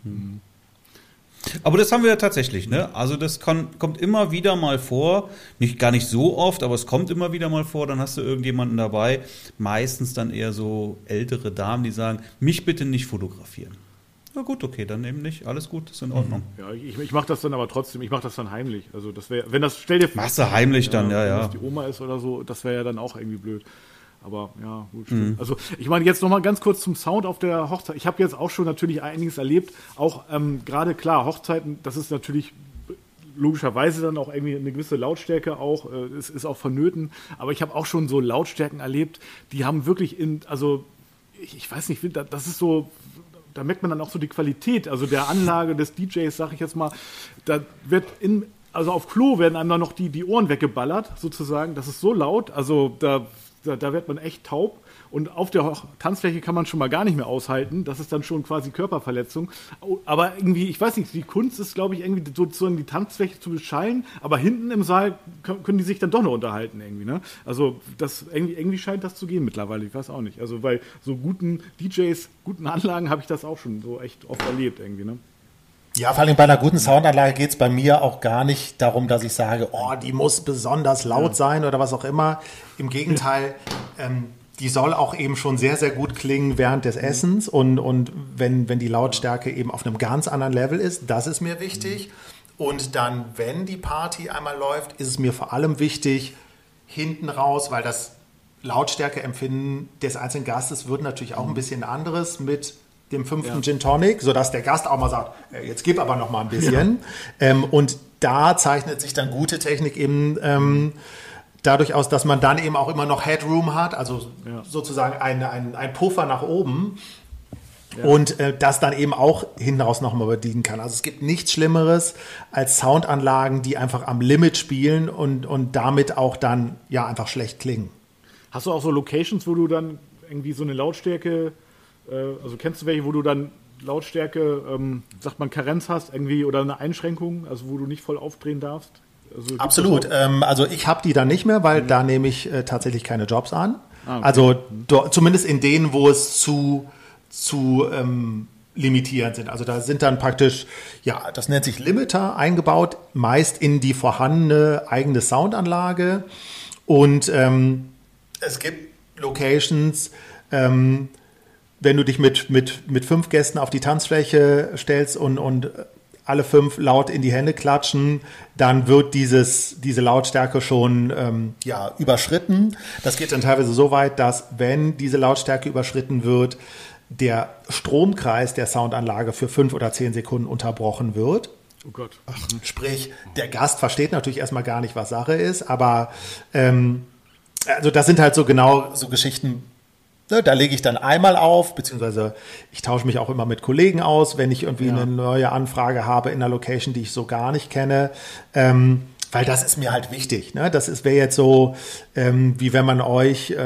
Aber das haben wir ja tatsächlich, ne? Also das kommt immer wieder mal vor, gar nicht so oft, aber es kommt immer wieder mal vor, dann hast du irgendjemanden dabei, meistens dann eher so ältere Damen, die sagen, mich bitte nicht fotografieren. Na gut, okay, dann eben nicht. Alles gut, ist in Ordnung. Ja, ich mache das dann aber trotzdem, ich mache das dann heimlich. Also das wäre, wenn das, stell dir vor. Machst du heimlich dann, Wenn das die Oma ist oder so, das wäre ja dann auch irgendwie blöd. Aber ja, gut, stimmt. Also ich meine jetzt nochmal ganz kurz zum Sound auf der Hochzeit. Ich habe jetzt auch schon natürlich einiges erlebt. Auch gerade klar, Hochzeiten, das ist natürlich logischerweise dann auch irgendwie eine gewisse Lautstärke auch, es ist auch vonnöten. Aber ich habe auch schon so Lautstärken erlebt, die haben wirklich ich weiß nicht, das ist so... Da merkt man dann auch so die Qualität, also der Anlage des DJs, sag ich jetzt mal, da wird auf Klo werden einem dann noch die Ohren weggeballert, sozusagen, das ist so laut, also da wird man echt taub und auf der Tanzfläche kann man schon mal gar nicht mehr aushalten, das ist dann schon quasi Körperverletzung, aber irgendwie, ich weiß nicht, die Kunst ist, glaube ich, irgendwie sozusagen die Tanzfläche zu beschallen, aber hinten im Saal können die sich dann doch noch unterhalten irgendwie, ne? Also das irgendwie scheint das zu gehen mittlerweile, ich weiß auch nicht, also bei so guten DJs, guten Anlagen habe ich das auch schon so echt oft erlebt irgendwie, ne? Ja, vor allem bei einer guten Soundanlage geht es bei mir auch gar nicht darum, dass ich sage, oh, die muss besonders laut sein oder was auch immer. Im Gegenteil, die soll auch eben schon sehr, sehr gut klingen während des Essens und wenn die Lautstärke eben auf einem ganz anderen Level ist, das ist mir wichtig. Und dann, wenn die Party einmal läuft, ist es mir vor allem wichtig, hinten raus, weil das Lautstärkeempfinden des einzelnen Gastes wird natürlich auch ein bisschen anderes mit dem 5. Gin Tonic, sodass der Gast auch mal sagt, jetzt gib aber noch mal ein bisschen. Ja. Und da zeichnet sich dann gute Technik eben dadurch aus, dass man dann eben auch immer noch Headroom hat, also sozusagen ein Puffer nach oben und das dann eben auch hinten raus noch mal bedienen kann. Also es gibt nichts Schlimmeres als Soundanlagen, die einfach am Limit spielen und damit auch dann einfach schlecht klingen. Hast du auch so Locations, wo du dann irgendwie so eine Lautstärke, also kennst du welche, wo du dann Lautstärke, sagt man Karenz hast irgendwie oder eine Einschränkung, also wo du nicht voll aufdrehen darfst? Also absolut. Also ich habe die dann nicht mehr, weil da nehme ich tatsächlich keine Jobs an. Ah, okay. Also zumindest in denen, wo es zu limitierend sind. Also da sind dann praktisch, das nennt sich Limiter eingebaut, meist in die vorhandene eigene Soundanlage. Und es gibt Locations, wenn du dich mit 5 Gästen auf die Tanzfläche stellst und alle 5 laut in die Hände klatschen, dann wird diese Lautstärke schon überschritten. Das geht dann teilweise so weit, dass, wenn diese Lautstärke überschritten wird, der Stromkreis der Soundanlage für 5 oder 10 Sekunden unterbrochen wird. Oh Gott. Sprich, der Gast versteht natürlich erstmal gar nicht, was Sache ist, aber also das sind halt so genau so Geschichten. Da lege ich dann einmal auf, beziehungsweise ich tausche mich auch immer mit Kollegen aus, wenn ich irgendwie eine neue Anfrage habe in einer Location, die ich so gar nicht kenne, weil das ist mir halt wichtig. Ne? Wäre jetzt so, wie wenn man euch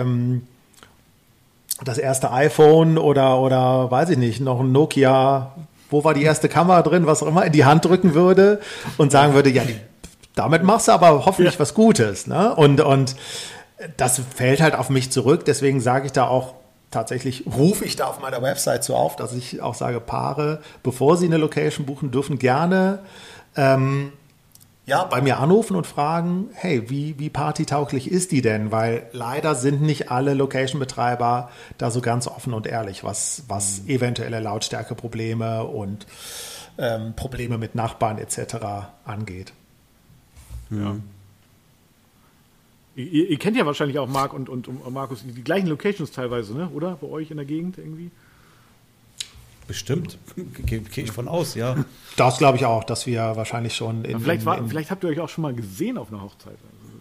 das erste iPhone oder weiß ich nicht, noch ein Nokia, wo war die erste Kamera drin, was auch immer, in die Hand drücken würde und sagen würde, damit machst du aber hoffentlich was Gutes. Ne? Und das fällt halt auf mich zurück, deswegen sage ich da auch tatsächlich, rufe ich da auf meiner Website so auf, dass ich auch sage, Paare, bevor sie eine Location buchen, dürfen gerne bei mir anrufen und fragen, hey, wie partytauglich ist die denn? Weil leider sind nicht alle Location-Betreiber da so ganz offen und ehrlich, was eventuelle Lautstärkeprobleme und Probleme mit Nachbarn etc. angeht. Ja. Ihr kennt ja wahrscheinlich auch Marc und Markus, die gleichen Locations teilweise, ne? Oder? Bei euch in der Gegend irgendwie? Bestimmt. Gehe ich von aus, ja. Das glaube ich auch, dass wir wahrscheinlich schon vielleicht habt ihr euch auch schon mal gesehen auf einer Hochzeit.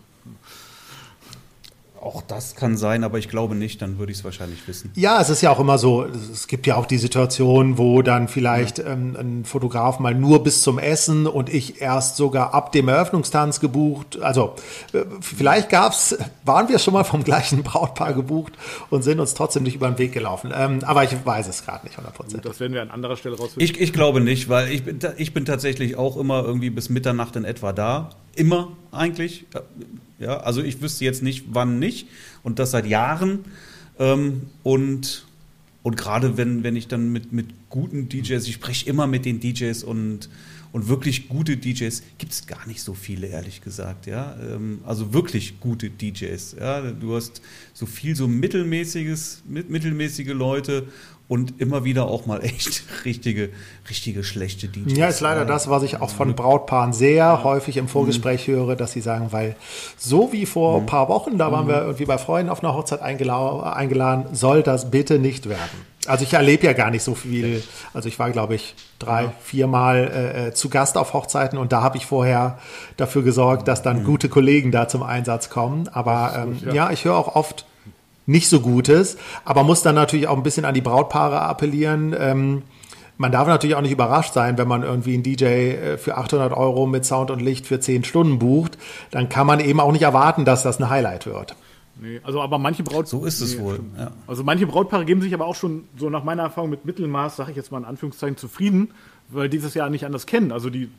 Auch das kann sein, aber ich glaube nicht, dann würde ich es wahrscheinlich wissen. Ja, es ist ja auch immer so, es gibt ja auch die Situation, wo dann vielleicht ein Fotograf mal nur bis zum Essen und ich erst sogar ab dem Eröffnungstanz gebucht. Also vielleicht waren wir schon mal vom gleichen Brautpaar gebucht und sind uns trotzdem nicht über den Weg gelaufen. Aber ich weiß es gerade nicht 100%. Das werden wir an anderer Stelle rausfinden. Ich glaube nicht, weil ich bin tatsächlich auch immer irgendwie bis Mitternacht in etwa da. Immer eigentlich. Ja, also ich wüsste jetzt nicht, wann nicht. Und das seit Jahren. Und gerade wenn ich dann mit guten DJs, ich spreche immer mit den DJs und wirklich gute DJs, gibt es gar nicht so viele, ehrlich gesagt. Ja? Also wirklich gute DJs. Ja? Du hast so mittelmäßige Leute und immer wieder auch mal echt richtige schlechte DJs. Ja, ist leider das, was ich auch von Brautpaaren sehr häufig im Vorgespräch höre, dass sie sagen, weil so wie vor ein paar Wochen, da waren wir irgendwie bei Freunden auf einer Hochzeit eingeladen, soll das bitte nicht werden. Also ich erlebe ja gar nicht so viel. Also ich war, glaube ich, 3-4 Mal zu Gast auf Hochzeiten und da habe ich vorher dafür gesorgt, dass dann gute Kollegen da zum Einsatz kommen. Aber ich höre auch oft nicht so Gutes, aber muss dann natürlich auch ein bisschen an die Brautpaare appellieren. Man darf natürlich auch nicht überrascht sein, wenn man irgendwie einen DJ für 800 € mit Sound und Licht für 10 Stunden bucht, dann kann man eben auch nicht erwarten, dass das ein Highlight wird. Nee, also aber manche So ist es wohl. Ja. Also manche Brautpaare geben sich aber auch schon so nach meiner Erfahrung mit Mittelmaß, sage ich jetzt mal in Anführungszeichen, zufrieden, weil die das ja nicht anders kennen. Also die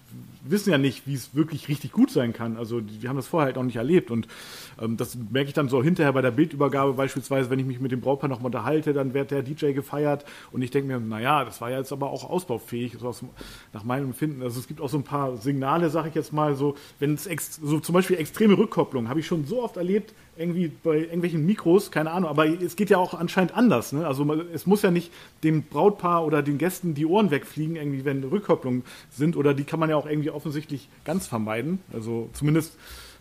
wissen ja nicht, wie es wirklich richtig gut sein kann. Also die haben das vorher halt auch nicht erlebt und das merke ich dann so hinterher bei der Bildübergabe beispielsweise, wenn ich mich mit dem Brautpaar noch mal unterhalte, dann wird der DJ gefeiert und ich denke mir, naja, das war ja jetzt aber auch ausbaufähig, so nach meinem Empfinden. Also es gibt auch so ein paar Signale, sage ich jetzt mal, so wenn es so zum Beispiel extreme Rückkopplung, habe ich schon so oft erlebt, irgendwie bei irgendwelchen Mikros, keine Ahnung, aber es geht ja auch anscheinend anders. Ne? Also es muss ja nicht dem Brautpaar oder den Gästen die Ohren wegfliegen, irgendwie, wenn Rückkopplungen sind, oder die kann man ja auch irgendwie offensichtlich ganz vermeiden. Also zumindest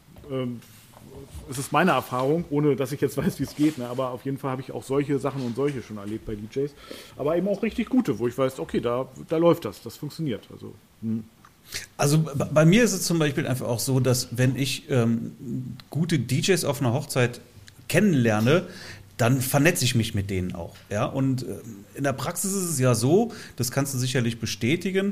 es ist meine Erfahrung, ohne dass ich jetzt weiß, wie es geht, ne? Aber auf jeden Fall habe ich auch solche Sachen und solche schon erlebt bei DJs, aber eben auch richtig gute, wo ich weiß, okay, da läuft das funktioniert. Also bei mir ist es zum Beispiel einfach auch so, dass wenn ich gute DJs auf einer Hochzeit kennenlerne, dann vernetze ich mich mit denen auch. Ja? Und in der Praxis ist es ja so, das kannst du sicherlich bestätigen,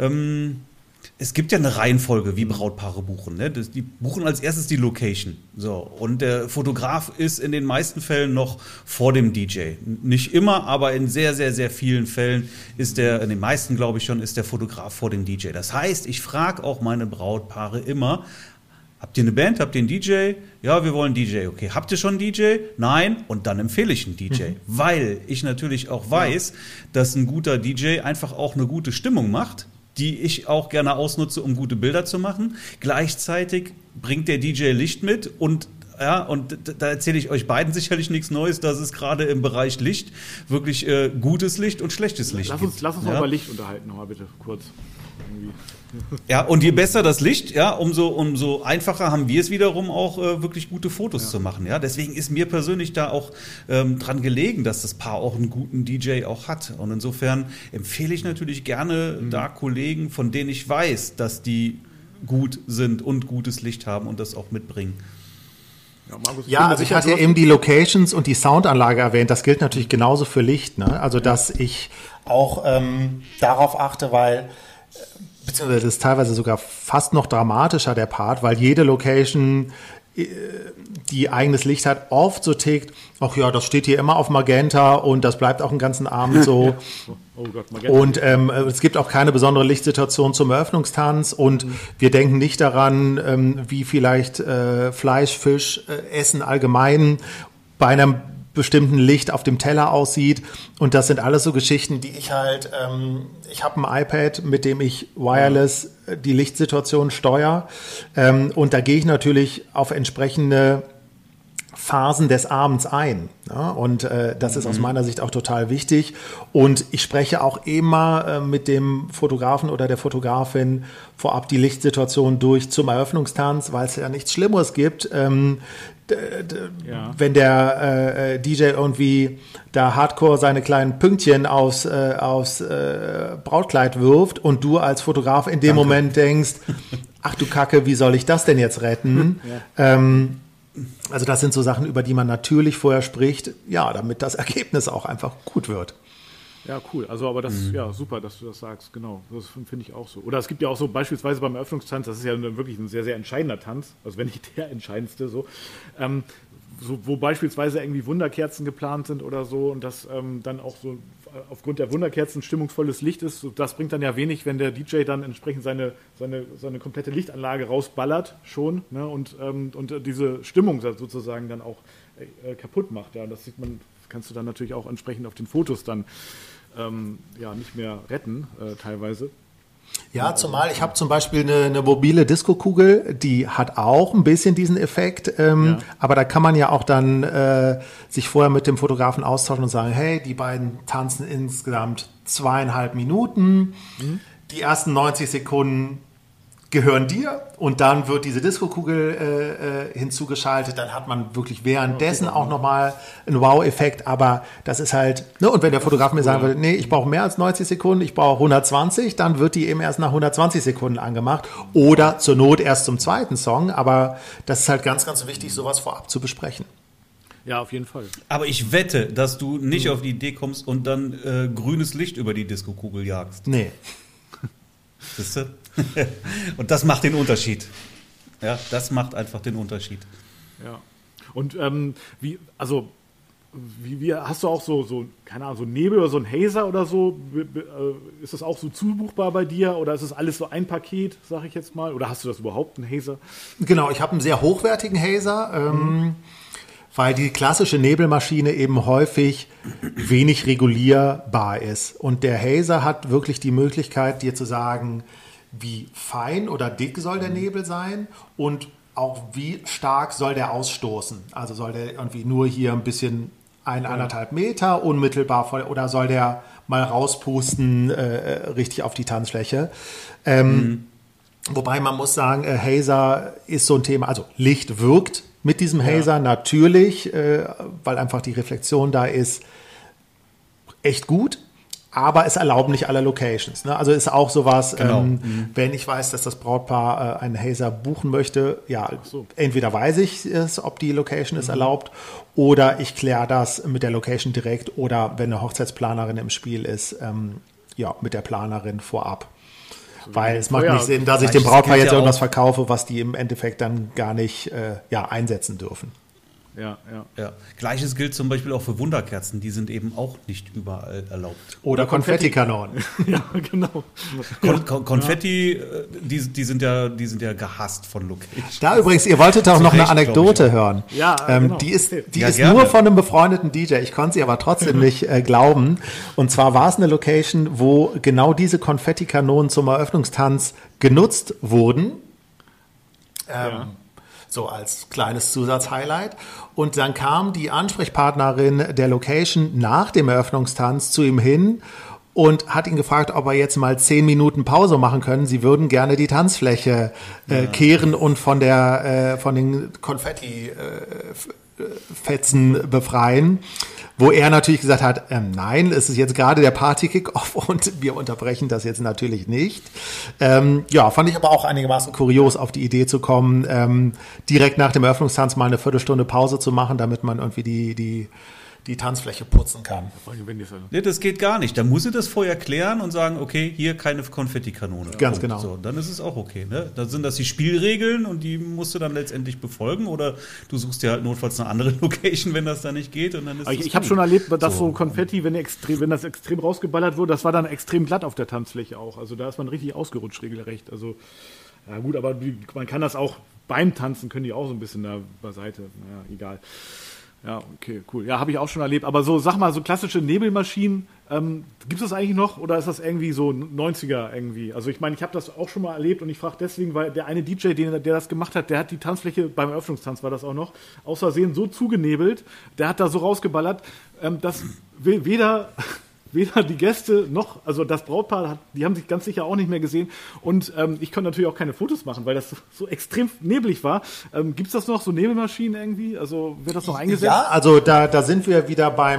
es gibt ja eine Reihenfolge, wie Brautpaare buchen. Ne? Die buchen als erstes die Location. So. Und der Fotograf ist in den meisten Fällen noch vor dem DJ. Nicht immer, aber in sehr, sehr, sehr vielen Fällen ist in den meisten, glaube ich schon, ist der Fotograf vor dem DJ. Das heißt, ich frage auch meine Brautpaare immer, habt ihr eine Band, habt ihr einen DJ? Ja, wir wollen einen DJ. Okay, habt ihr schon einen DJ? Nein. Und dann empfehle ich einen DJ. Weil ich natürlich auch weiß, dass ein guter DJ einfach auch eine gute Stimmung macht, die ich auch gerne ausnutze, um gute Bilder zu machen. Gleichzeitig bringt der DJ Licht mit und da erzähle ich euch beiden sicherlich nichts Neues, dass es gerade im Bereich Licht wirklich gutes Licht und schlechtes Licht gibt. Lass uns mal über Licht unterhalten, nochmal bitte kurz. Irgendwie. Ja, und je besser das Licht, ja, umso einfacher haben wir es wiederum auch wirklich gute Fotos zu machen. Ja, deswegen ist mir persönlich da auch dran gelegen, dass das Paar auch einen guten DJ auch hat. Und insofern empfehle ich natürlich gerne da Kollegen, von denen ich weiß, dass die gut sind und gutes Licht haben und das auch mitbringen. Ja, Markus, also ich hatte ja eben die Locations und die Soundanlage erwähnt. Das gilt natürlich genauso für Licht. Ne? Also dass ich auch darauf achte, weil beziehungsweise das ist teilweise sogar fast noch dramatischer, der Part, weil jede Location, die eigenes Licht hat, oft so tickt, ach ja, das steht hier immer auf Magenta und das bleibt auch den ganzen Abend so. Oh Gott, Magenta. Und es gibt auch keine besondere Lichtsituation zum Eröffnungstanz und wir denken nicht daran, wie vielleicht Fleisch, Fisch, Essen allgemein bei einem bestimmten Licht auf dem Teller aussieht. Und das sind alles so Geschichten, die ich halt, ich habe ein iPad, mit dem ich wireless die Lichtsituation steuere. Und da gehe ich natürlich auf entsprechende Phasen des Abends ein. Ja? Und das ist aus meiner Sicht auch total wichtig. Und ich spreche auch immer mit dem Fotografen oder der Fotografin vorab die Lichtsituation durch zum Eröffnungstanz, weil es ja nichts Schlimmeres gibt, wenn der DJ irgendwie da hardcore seine kleinen Pünktchen aufs Brautkleid wirft und du als Fotograf in dem Moment denkst, ach du Kacke, wie soll ich das denn jetzt retten? Also das sind so Sachen, über die man natürlich vorher spricht, ja, damit das Ergebnis auch einfach gut wird. Ja, cool. Also, aber das ist ja super, dass du das sagst. Genau, das finde ich auch so. Oder es gibt ja auch so beispielsweise beim Eröffnungstanz, das ist ja wirklich ein sehr, sehr entscheidender Tanz, also wenn nicht der entscheidendste, so wo beispielsweise irgendwie Wunderkerzen geplant sind oder so und das dann auch so aufgrund der Wunderkerzen stimmungsvolles Licht ist. So, das bringt dann ja wenig, wenn der DJ dann entsprechend seine komplette Lichtanlage rausballert schon, ne, und diese Stimmung sozusagen dann auch kaputt macht. Ja, das sieht man, kannst du dann natürlich auch entsprechend auf den Fotos dann nicht mehr retten, teilweise. Ja, zumal ich habe zum Beispiel eine mobile Diskokugel, die hat auch ein bisschen diesen Effekt, aber da kann man ja auch dann sich vorher mit dem Fotografen austauschen und sagen, hey, die beiden tanzen insgesamt 2,5 Minuten, die ersten 90 Sekunden gehören dir und dann wird diese Diskokugel hinzugeschaltet, dann hat man wirklich währenddessen auch nochmal einen Wow-Effekt, aber das ist halt, ne, und wenn der Fotograf mir sagen würde, nee, ich brauche mehr als 90 Sekunden, ich brauche 120, dann wird die eben erst nach 120 Sekunden angemacht oder zur Not erst zum zweiten Song, aber das ist halt ganz, ganz wichtig, sowas vorab zu besprechen. Ja, auf jeden Fall. Aber ich wette, dass du nicht auf die Idee kommst und dann grünes Licht über die Diskokugel jagst. Nee. Siehst du? Und das macht den Unterschied. Ja, das macht einfach den Unterschied. Ja. Und wie hast du auch so, keine Ahnung, so Nebel oder so ein Hazer oder so? Ist das auch so zubuchbar bei dir oder ist das alles so ein Paket, sag ich jetzt mal? Oder hast du das überhaupt, einen Hazer? Genau, ich habe einen sehr hochwertigen Hazer, weil die klassische Nebelmaschine eben häufig wenig regulierbar ist. Und der Hazer hat wirklich die Möglichkeit, dir zu sagen, wie fein oder dick soll der Nebel sein und auch wie stark soll der ausstoßen. Also soll der irgendwie nur hier ein bisschen 1,5 Meter unmittelbar voll oder soll der mal rauspusten richtig auf die Tanzfläche. Wobei man muss sagen, Hazer ist so ein Thema, also Licht wirkt mit diesem Hazer natürlich, weil einfach die Reflexion da ist, echt gut. Aber es erlauben nicht alle Locations. Ne? Also ist auch sowas, genau. Wenn ich weiß, dass das Brautpaar einen Hazer buchen möchte, ja, entweder weiß ich es, ob die Location es erlaubt, oder ich kläre das mit der Location direkt oder wenn eine Hochzeitsplanerin im Spiel ist, mit der Planerin vorab. Weil es macht nicht Sinn, dass ich dem Brautpaar jetzt irgendwas verkaufe, was die im Endeffekt dann gar nicht einsetzen dürfen. Ja. Gleiches gilt zum Beispiel auch für Wunderkerzen, die sind eben auch nicht überall erlaubt. Oder Konfettikanonen. Ja, genau. Konfetti, die sind ja gehasst von Locations. Da übrigens, ihr wolltet auch noch eine Anekdote hören. Ja, genau. Die ist nur von einem befreundeten DJ. Ich konnte sie aber trotzdem nicht glauben. Und zwar war es eine Location, wo genau diese Konfettikanonen zum Eröffnungstanz genutzt wurden. So als kleines Zusatzhighlight. Und dann kam die Ansprechpartnerin der Location nach dem Eröffnungstanz zu ihm hin und hat ihn gefragt, ob er jetzt mal 10 Minuten Pause machen können. Sie würden gerne die Tanzfläche kehren und von den Konfetti-Fetzen befreien. Wo er natürlich gesagt hat, nein, es ist jetzt gerade der Party-Kick-Off und wir unterbrechen das jetzt natürlich nicht. Fand ich aber auch einigermaßen kurios, auf die Idee zu kommen, direkt nach dem Eröffnungstanz mal eine Viertelstunde Pause zu machen, damit man irgendwie die Tanzfläche putzen kann. Nee, das geht gar nicht. Da muss sie das vorher klären und sagen, okay, hier keine Konfettikanone. Ganz genau. So, dann ist es auch okay. Ne? Dann sind das die Spielregeln und die musst du dann letztendlich befolgen oder du suchst dir halt notfalls eine andere Location, wenn das da nicht geht. Und dann ist ich habe schon erlebt, dass so Konfetti, wenn das extrem rausgeballert wurde, das war dann extrem glatt auf der Tanzfläche auch. Also da ist man richtig ausgerutscht regelrecht. Also ja gut, aber man kann das auch beim Tanzen, können die auch so ein bisschen da beiseite. Naja, egal. Ja, okay, cool. Ja, habe ich auch schon erlebt. Aber so, sag mal, so klassische Nebelmaschinen, gibt es das eigentlich noch oder ist das irgendwie so 90er irgendwie? Also ich meine, ich habe das auch schon mal erlebt und ich frage deswegen, weil der eine DJ, der das gemacht hat, der hat die Tanzfläche, beim Eröffnungstanz war das auch noch, aus Versehen so zugenebelt, der hat da so rausgeballert, dass weder die Gäste noch, also das Brautpaar, die haben sich ganz sicher auch nicht mehr gesehen. Und ich konnte natürlich auch keine Fotos machen, weil das so extrem neblig war. Gibt es das noch, so Nebelmaschinen irgendwie? Also wird das noch eingesetzt? Ja, also da sind wir wieder beim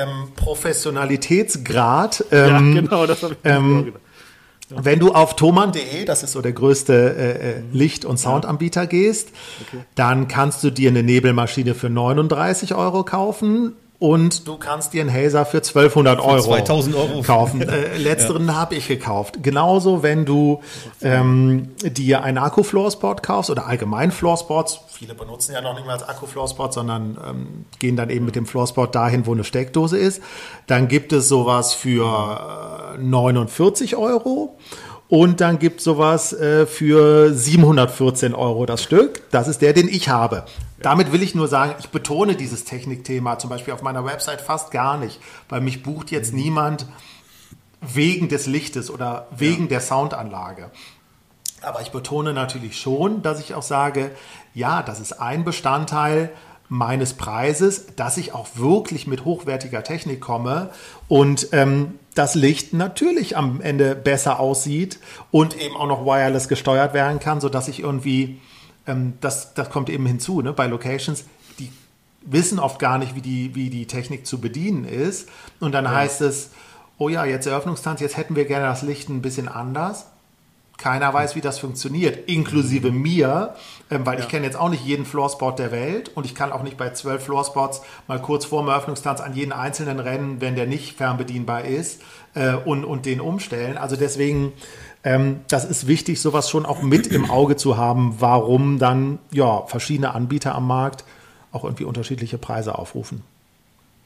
Professionalitätsgrad. Ja, genau, das habe ich auch gedacht. Wenn du auf thomann.de, das ist so der größte Licht- und Soundanbieter gehst, dann kannst du dir eine Nebelmaschine für 39 € kaufen. Und du kannst dir einen Hazer für 1200 € 2000 € kaufen. Letzteren habe ich gekauft. Genauso, wenn du dir einen Akku-Floorspot kaufst oder allgemein Floorsports. Viele benutzen ja noch nicht mal als Akku-Floorspot, sondern gehen dann eben mit dem Floorspot dahin, wo eine Steckdose ist. Dann gibt es sowas für 49 €. Und dann gibt es sowas für 714 € das Stück. Das ist der, den ich habe. Damit will ich nur sagen, ich betone dieses Technikthema zum Beispiel auf meiner Website fast gar nicht, weil mich bucht jetzt niemand wegen des Lichtes oder wegen der Soundanlage. Aber ich betone natürlich schon, dass ich auch sage, ja, das ist ein Bestandteil meines Preises, dass ich auch wirklich mit hochwertiger Technik komme und das Licht natürlich am Ende besser aussieht und eben auch noch wireless gesteuert werden kann, sodass ich irgendwie, das kommt eben hinzu, ne, bei Locations, die wissen oft gar nicht, wie die Technik zu bedienen ist. Und dann heißt es, oh ja, jetzt Eröffnungstanz, jetzt hätten wir gerne das Licht ein bisschen anders. Keiner weiß, wie das funktioniert, inklusive mir, weil ich kenne jetzt auch nicht jeden Floorspot der Welt und ich kann auch nicht bei 12 Floorspots mal kurz vor dem Eröffnungstanz an jeden einzelnen rennen, wenn der nicht fernbedienbar ist und den umstellen. Also deswegen, das ist wichtig, sowas schon auch mit im Auge zu haben, warum dann verschiedene Anbieter am Markt auch irgendwie unterschiedliche Preise aufrufen.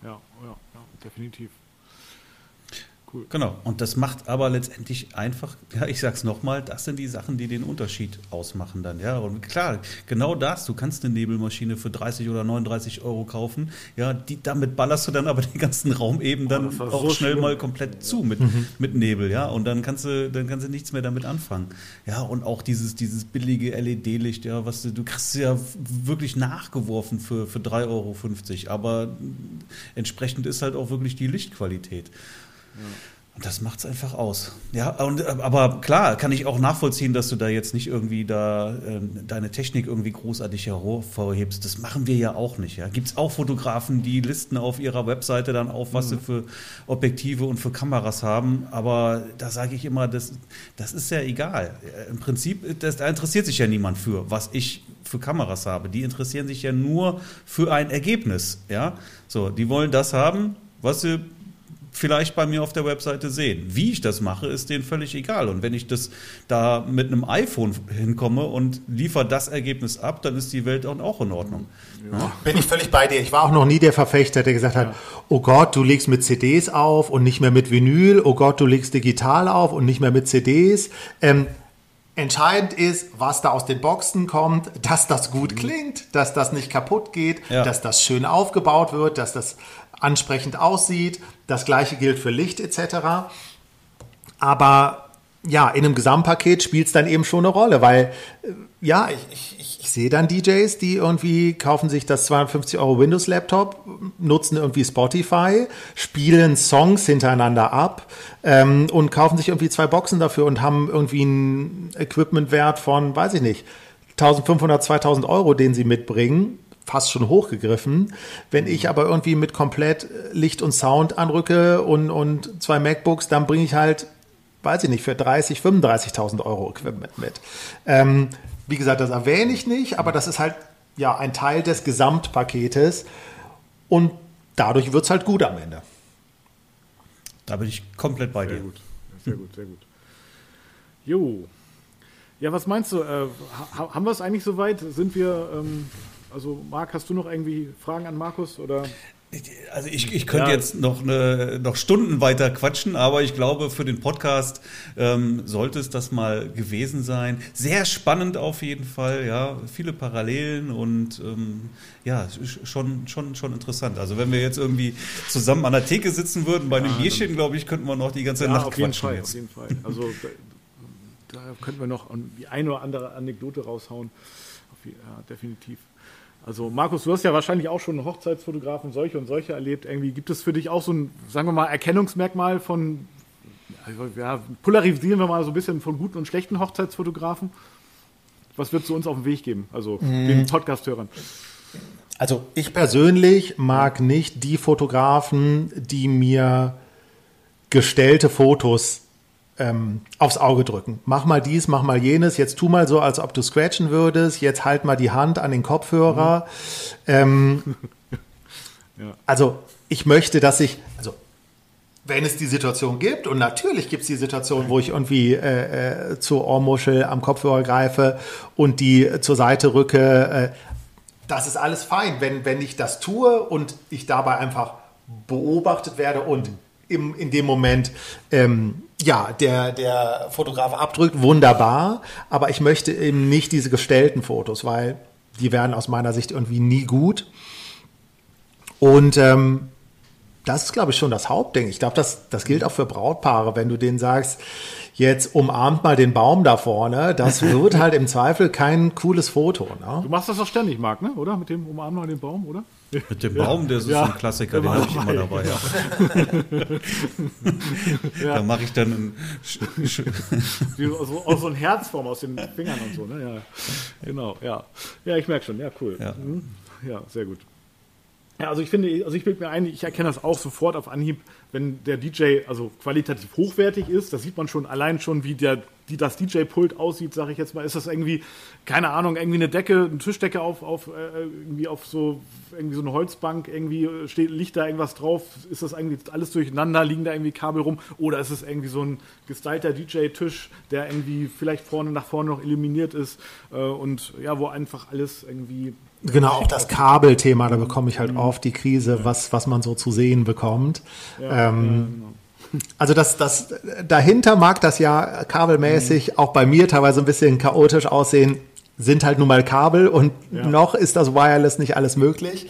Ja, definitiv. Cool. Genau, und das macht aber letztendlich einfach, ja, ich sag's nochmal, das sind die Sachen, die den Unterschied ausmachen dann, ja, und klar, genau das, du kannst eine Nebelmaschine für 30 oder 39 Euro kaufen, ja, damit ballerst du dann aber den ganzen Raum eben dann auch so schnell mal komplett zu mit Nebel, ja, und dann kannst du nichts mehr damit anfangen, ja, und auch dieses billige LED-Licht, ja, du kriegst ja wirklich nachgeworfen für 3,50 Euro, aber entsprechend ist halt auch wirklich die Lichtqualität. Ja. Und das macht es einfach aus. Ja, aber klar, kann ich auch nachvollziehen, dass du da jetzt nicht irgendwie deine Technik irgendwie großartig hervorhebst. Das machen wir ja auch nicht. Ja. Gibt es auch Fotografen, die listen auf ihrer Webseite dann auf, was sie für Objektive und für Kameras haben. Aber da sage ich immer, das ist ja egal. Im Prinzip, da interessiert sich ja niemand für, was ich für Kameras habe. Die interessieren sich ja nur für ein Ergebnis. Ja? So, die wollen das haben, was sie vielleicht bei mir auf der Webseite sehen. Wie ich das mache, ist denen völlig egal. Und wenn ich das da mit einem iPhone hinkomme und liefere das Ergebnis ab, dann ist die Welt auch in Ordnung. Ja. Bin ich völlig bei dir. Ich war auch noch nie der Verfechter, der gesagt hat, oh Gott, du legst mit CDs auf und nicht mehr mit Vinyl. Oh Gott, du legst digital auf und nicht mehr mit CDs. Entscheidend ist, was da aus den Boxen kommt, dass das gut klingt, dass das nicht kaputt geht, dass das schön aufgebaut wird, dass das ansprechend aussieht. Das Gleiche gilt für Licht etc. Aber ja, in einem Gesamtpaket spielt es dann eben schon eine Rolle, weil ja, ich sehe dann DJs, die irgendwie kaufen sich das 250 Euro Windows-Laptop, nutzen irgendwie Spotify, spielen Songs hintereinander ab und kaufen sich irgendwie 2 Boxen dafür und haben irgendwie einen Equipmentwert von, weiß ich nicht, 1.500, 2.000 Euro, den sie mitbringen. Fast schon hochgegriffen. Wenn ich aber irgendwie mit komplett Licht und Sound anrücke und 2 MacBooks, dann bringe ich halt, weiß ich nicht, für 30.000, 35.000 Euro Equipment mit. Wie gesagt, das erwähne ich nicht, aber das ist halt ja ein Teil des Gesamtpaketes und dadurch wird es halt gut am Ende. Da bin ich komplett bei dir. Sehr gut. Jo. Ja, was meinst du? Haben wir es eigentlich soweit? Sind wir... Also Marc, hast du noch irgendwie Fragen an Markus? Oder? Also ich könnte jetzt noch Stunden weiter quatschen, aber ich glaube, für den Podcast sollte es das mal gewesen sein. Sehr spannend auf jeden Fall, ja, viele Parallelen und ja, schon interessant. Also wenn wir jetzt irgendwie zusammen an der Theke sitzen würden bei einem Bierchen, glaube ich, könnten wir noch die ganze Nacht quatschen. Auf jeden Fall. Also da könnten wir noch die eine oder andere Anekdote raushauen. Ja, definitiv. Also Markus, du hast ja wahrscheinlich auch schon Hochzeitsfotografen solche und solche erlebt. Irgendwie gibt es für dich auch so ein, sagen wir mal, Erkennungsmerkmal von, ja, polarisieren wir mal so ein bisschen von guten und schlechten Hochzeitsfotografen? Was würdest du uns auf den Weg geben, also den Podcast-Hörern? Also ich persönlich mag nicht die Fotografen, die mir gestellte Fotos aufs Auge drücken. Mach mal dies, mach mal jenes, jetzt tu mal so, als ob du scratchen würdest, jetzt halt mal die Hand an den Kopfhörer. Also ich möchte, also wenn es die Situation gibt, und natürlich gibt es die Situation, wo ich irgendwie zur Ohrmuschel am Kopfhörer greife und die zur Seite rücke, das ist alles fein, wenn ich das tue und ich dabei einfach beobachtet werde und in dem Moment der Fotograf abdrückt, wunderbar, aber ich möchte eben nicht diese gestellten Fotos, weil die werden aus meiner Sicht irgendwie nie gut. Und das ist, glaube ich, schon das Hauptding. Ich glaube, das gilt auch für Brautpaare, wenn du denen sagst, jetzt umarmt mal den Baum da vorne, das wird halt im Zweifel kein cooles Foto. Ne? Du machst das doch ständig, Marc, ne? Oder? Mit dem umarmt mal den Baum, oder? Mit dem Baum, das ist ein Klassiker, den habe ich immer dabei. Ja. Da mache ich dann auch so ein Herzform aus den Fingern und so, ne? Ja, genau, ja. Ja, ich merke schon, ja, cool. Ja, sehr gut. Ja, also ich bilde mir ein, ich erkenne das auch sofort auf Anhieb, wenn der DJ also qualitativ hochwertig ist, das sieht man schon allein schon, wie das DJ-Pult aussieht, sage ich jetzt mal, ist das irgendwie, keine Ahnung, irgendwie eine Tischdecke auf so eine Holzbank, irgendwie liegt da irgendwas drauf, ist das irgendwie alles durcheinander, liegen da irgendwie Kabel rum, oder ist es irgendwie so ein gestylter DJ-Tisch, der irgendwie vielleicht nach vorne noch illuminiert ist und ja, wo einfach alles irgendwie Genau, auch das Kabelthema, da bekomme ich halt oft die Krise, was man so zu sehen bekommt. Ja, genau. Also das dahinter mag das ja kabelmäßig auch bei mir teilweise ein bisschen chaotisch aussehen, sind halt nun mal Kabel und noch ist das Wireless nicht alles möglich.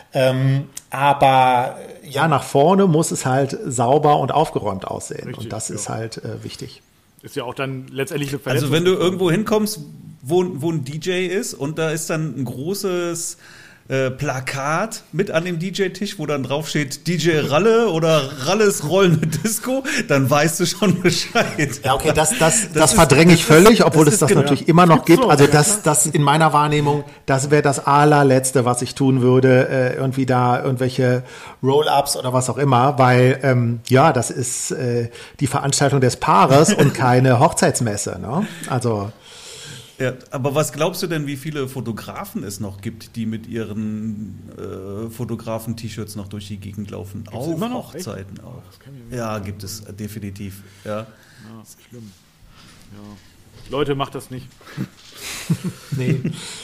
Aber ja, nach vorne muss es halt sauber und aufgeräumt aussehen. Richtig, und das ist halt wichtig. Ist ja auch dann letztendlich eine Verletzung. Also wenn du irgendwo hinkommst, wo ein DJ ist und da ist dann ein großes Plakat mit an dem DJ-Tisch, wo dann drauf steht DJ Ralle oder Ralles rollende Disco, dann weißt du schon Bescheid. Ja, okay, das verdränge ich völlig, obwohl es das natürlich immer noch gibt. Also das in meiner Wahrnehmung, das wäre das allerletzte, was ich tun würde, irgendwie da irgendwelche Roll-Ups oder was auch immer, weil das ist die Veranstaltung des Paares und keine Hochzeitsmesse, ne? Also ja, aber was glaubst du denn, wie viele Fotografen es noch gibt, die mit ihren Fotografen-T-Shirts noch durch die Gegend laufen? Gibt's auf Hochzeiten echt? Auch. Ja, gibt es definitiv. Ja, ist schlimm. Ja. Leute, macht das nicht. Nee.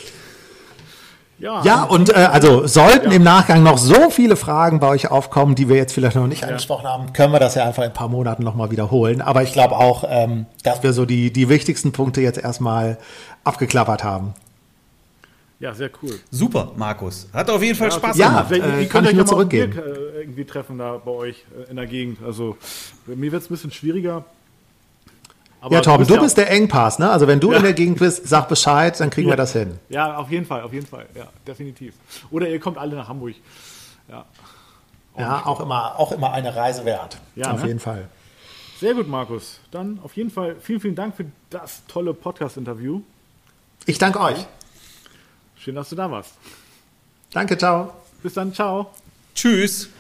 Ja, und also sollten im Nachgang noch so viele Fragen bei euch aufkommen, die wir jetzt vielleicht noch nicht angesprochen haben, können wir das ja einfach in ein paar Monaten nochmal wiederholen. Aber ich glaube auch, dass wir so die wichtigsten Punkte jetzt erstmal abgeklappert haben. Ja, sehr cool. Super, Markus. Hat auf jeden Fall Spaß gemacht. Ja, kann ich nur zurückgehen. Irgendwie treffen da bei euch in der Gegend. Also bei mir wird es ein bisschen schwieriger. Aber ja, Torben, du bist der Engpass, ne? Also wenn du in der Gegend bist, sag Bescheid, dann kriegen wir das hin. Ja, auf jeden Fall, ja, definitiv. Oder ihr kommt alle nach Hamburg. Ja, auch immer eine Reise wert. Ja, auf jeden Fall. Sehr gut, Markus. Dann auf jeden Fall vielen, vielen Dank für das tolle Podcast-Interview. Ich danke euch. Schön, dass du da warst. Danke, ciao. Bis dann, ciao. Tschüss.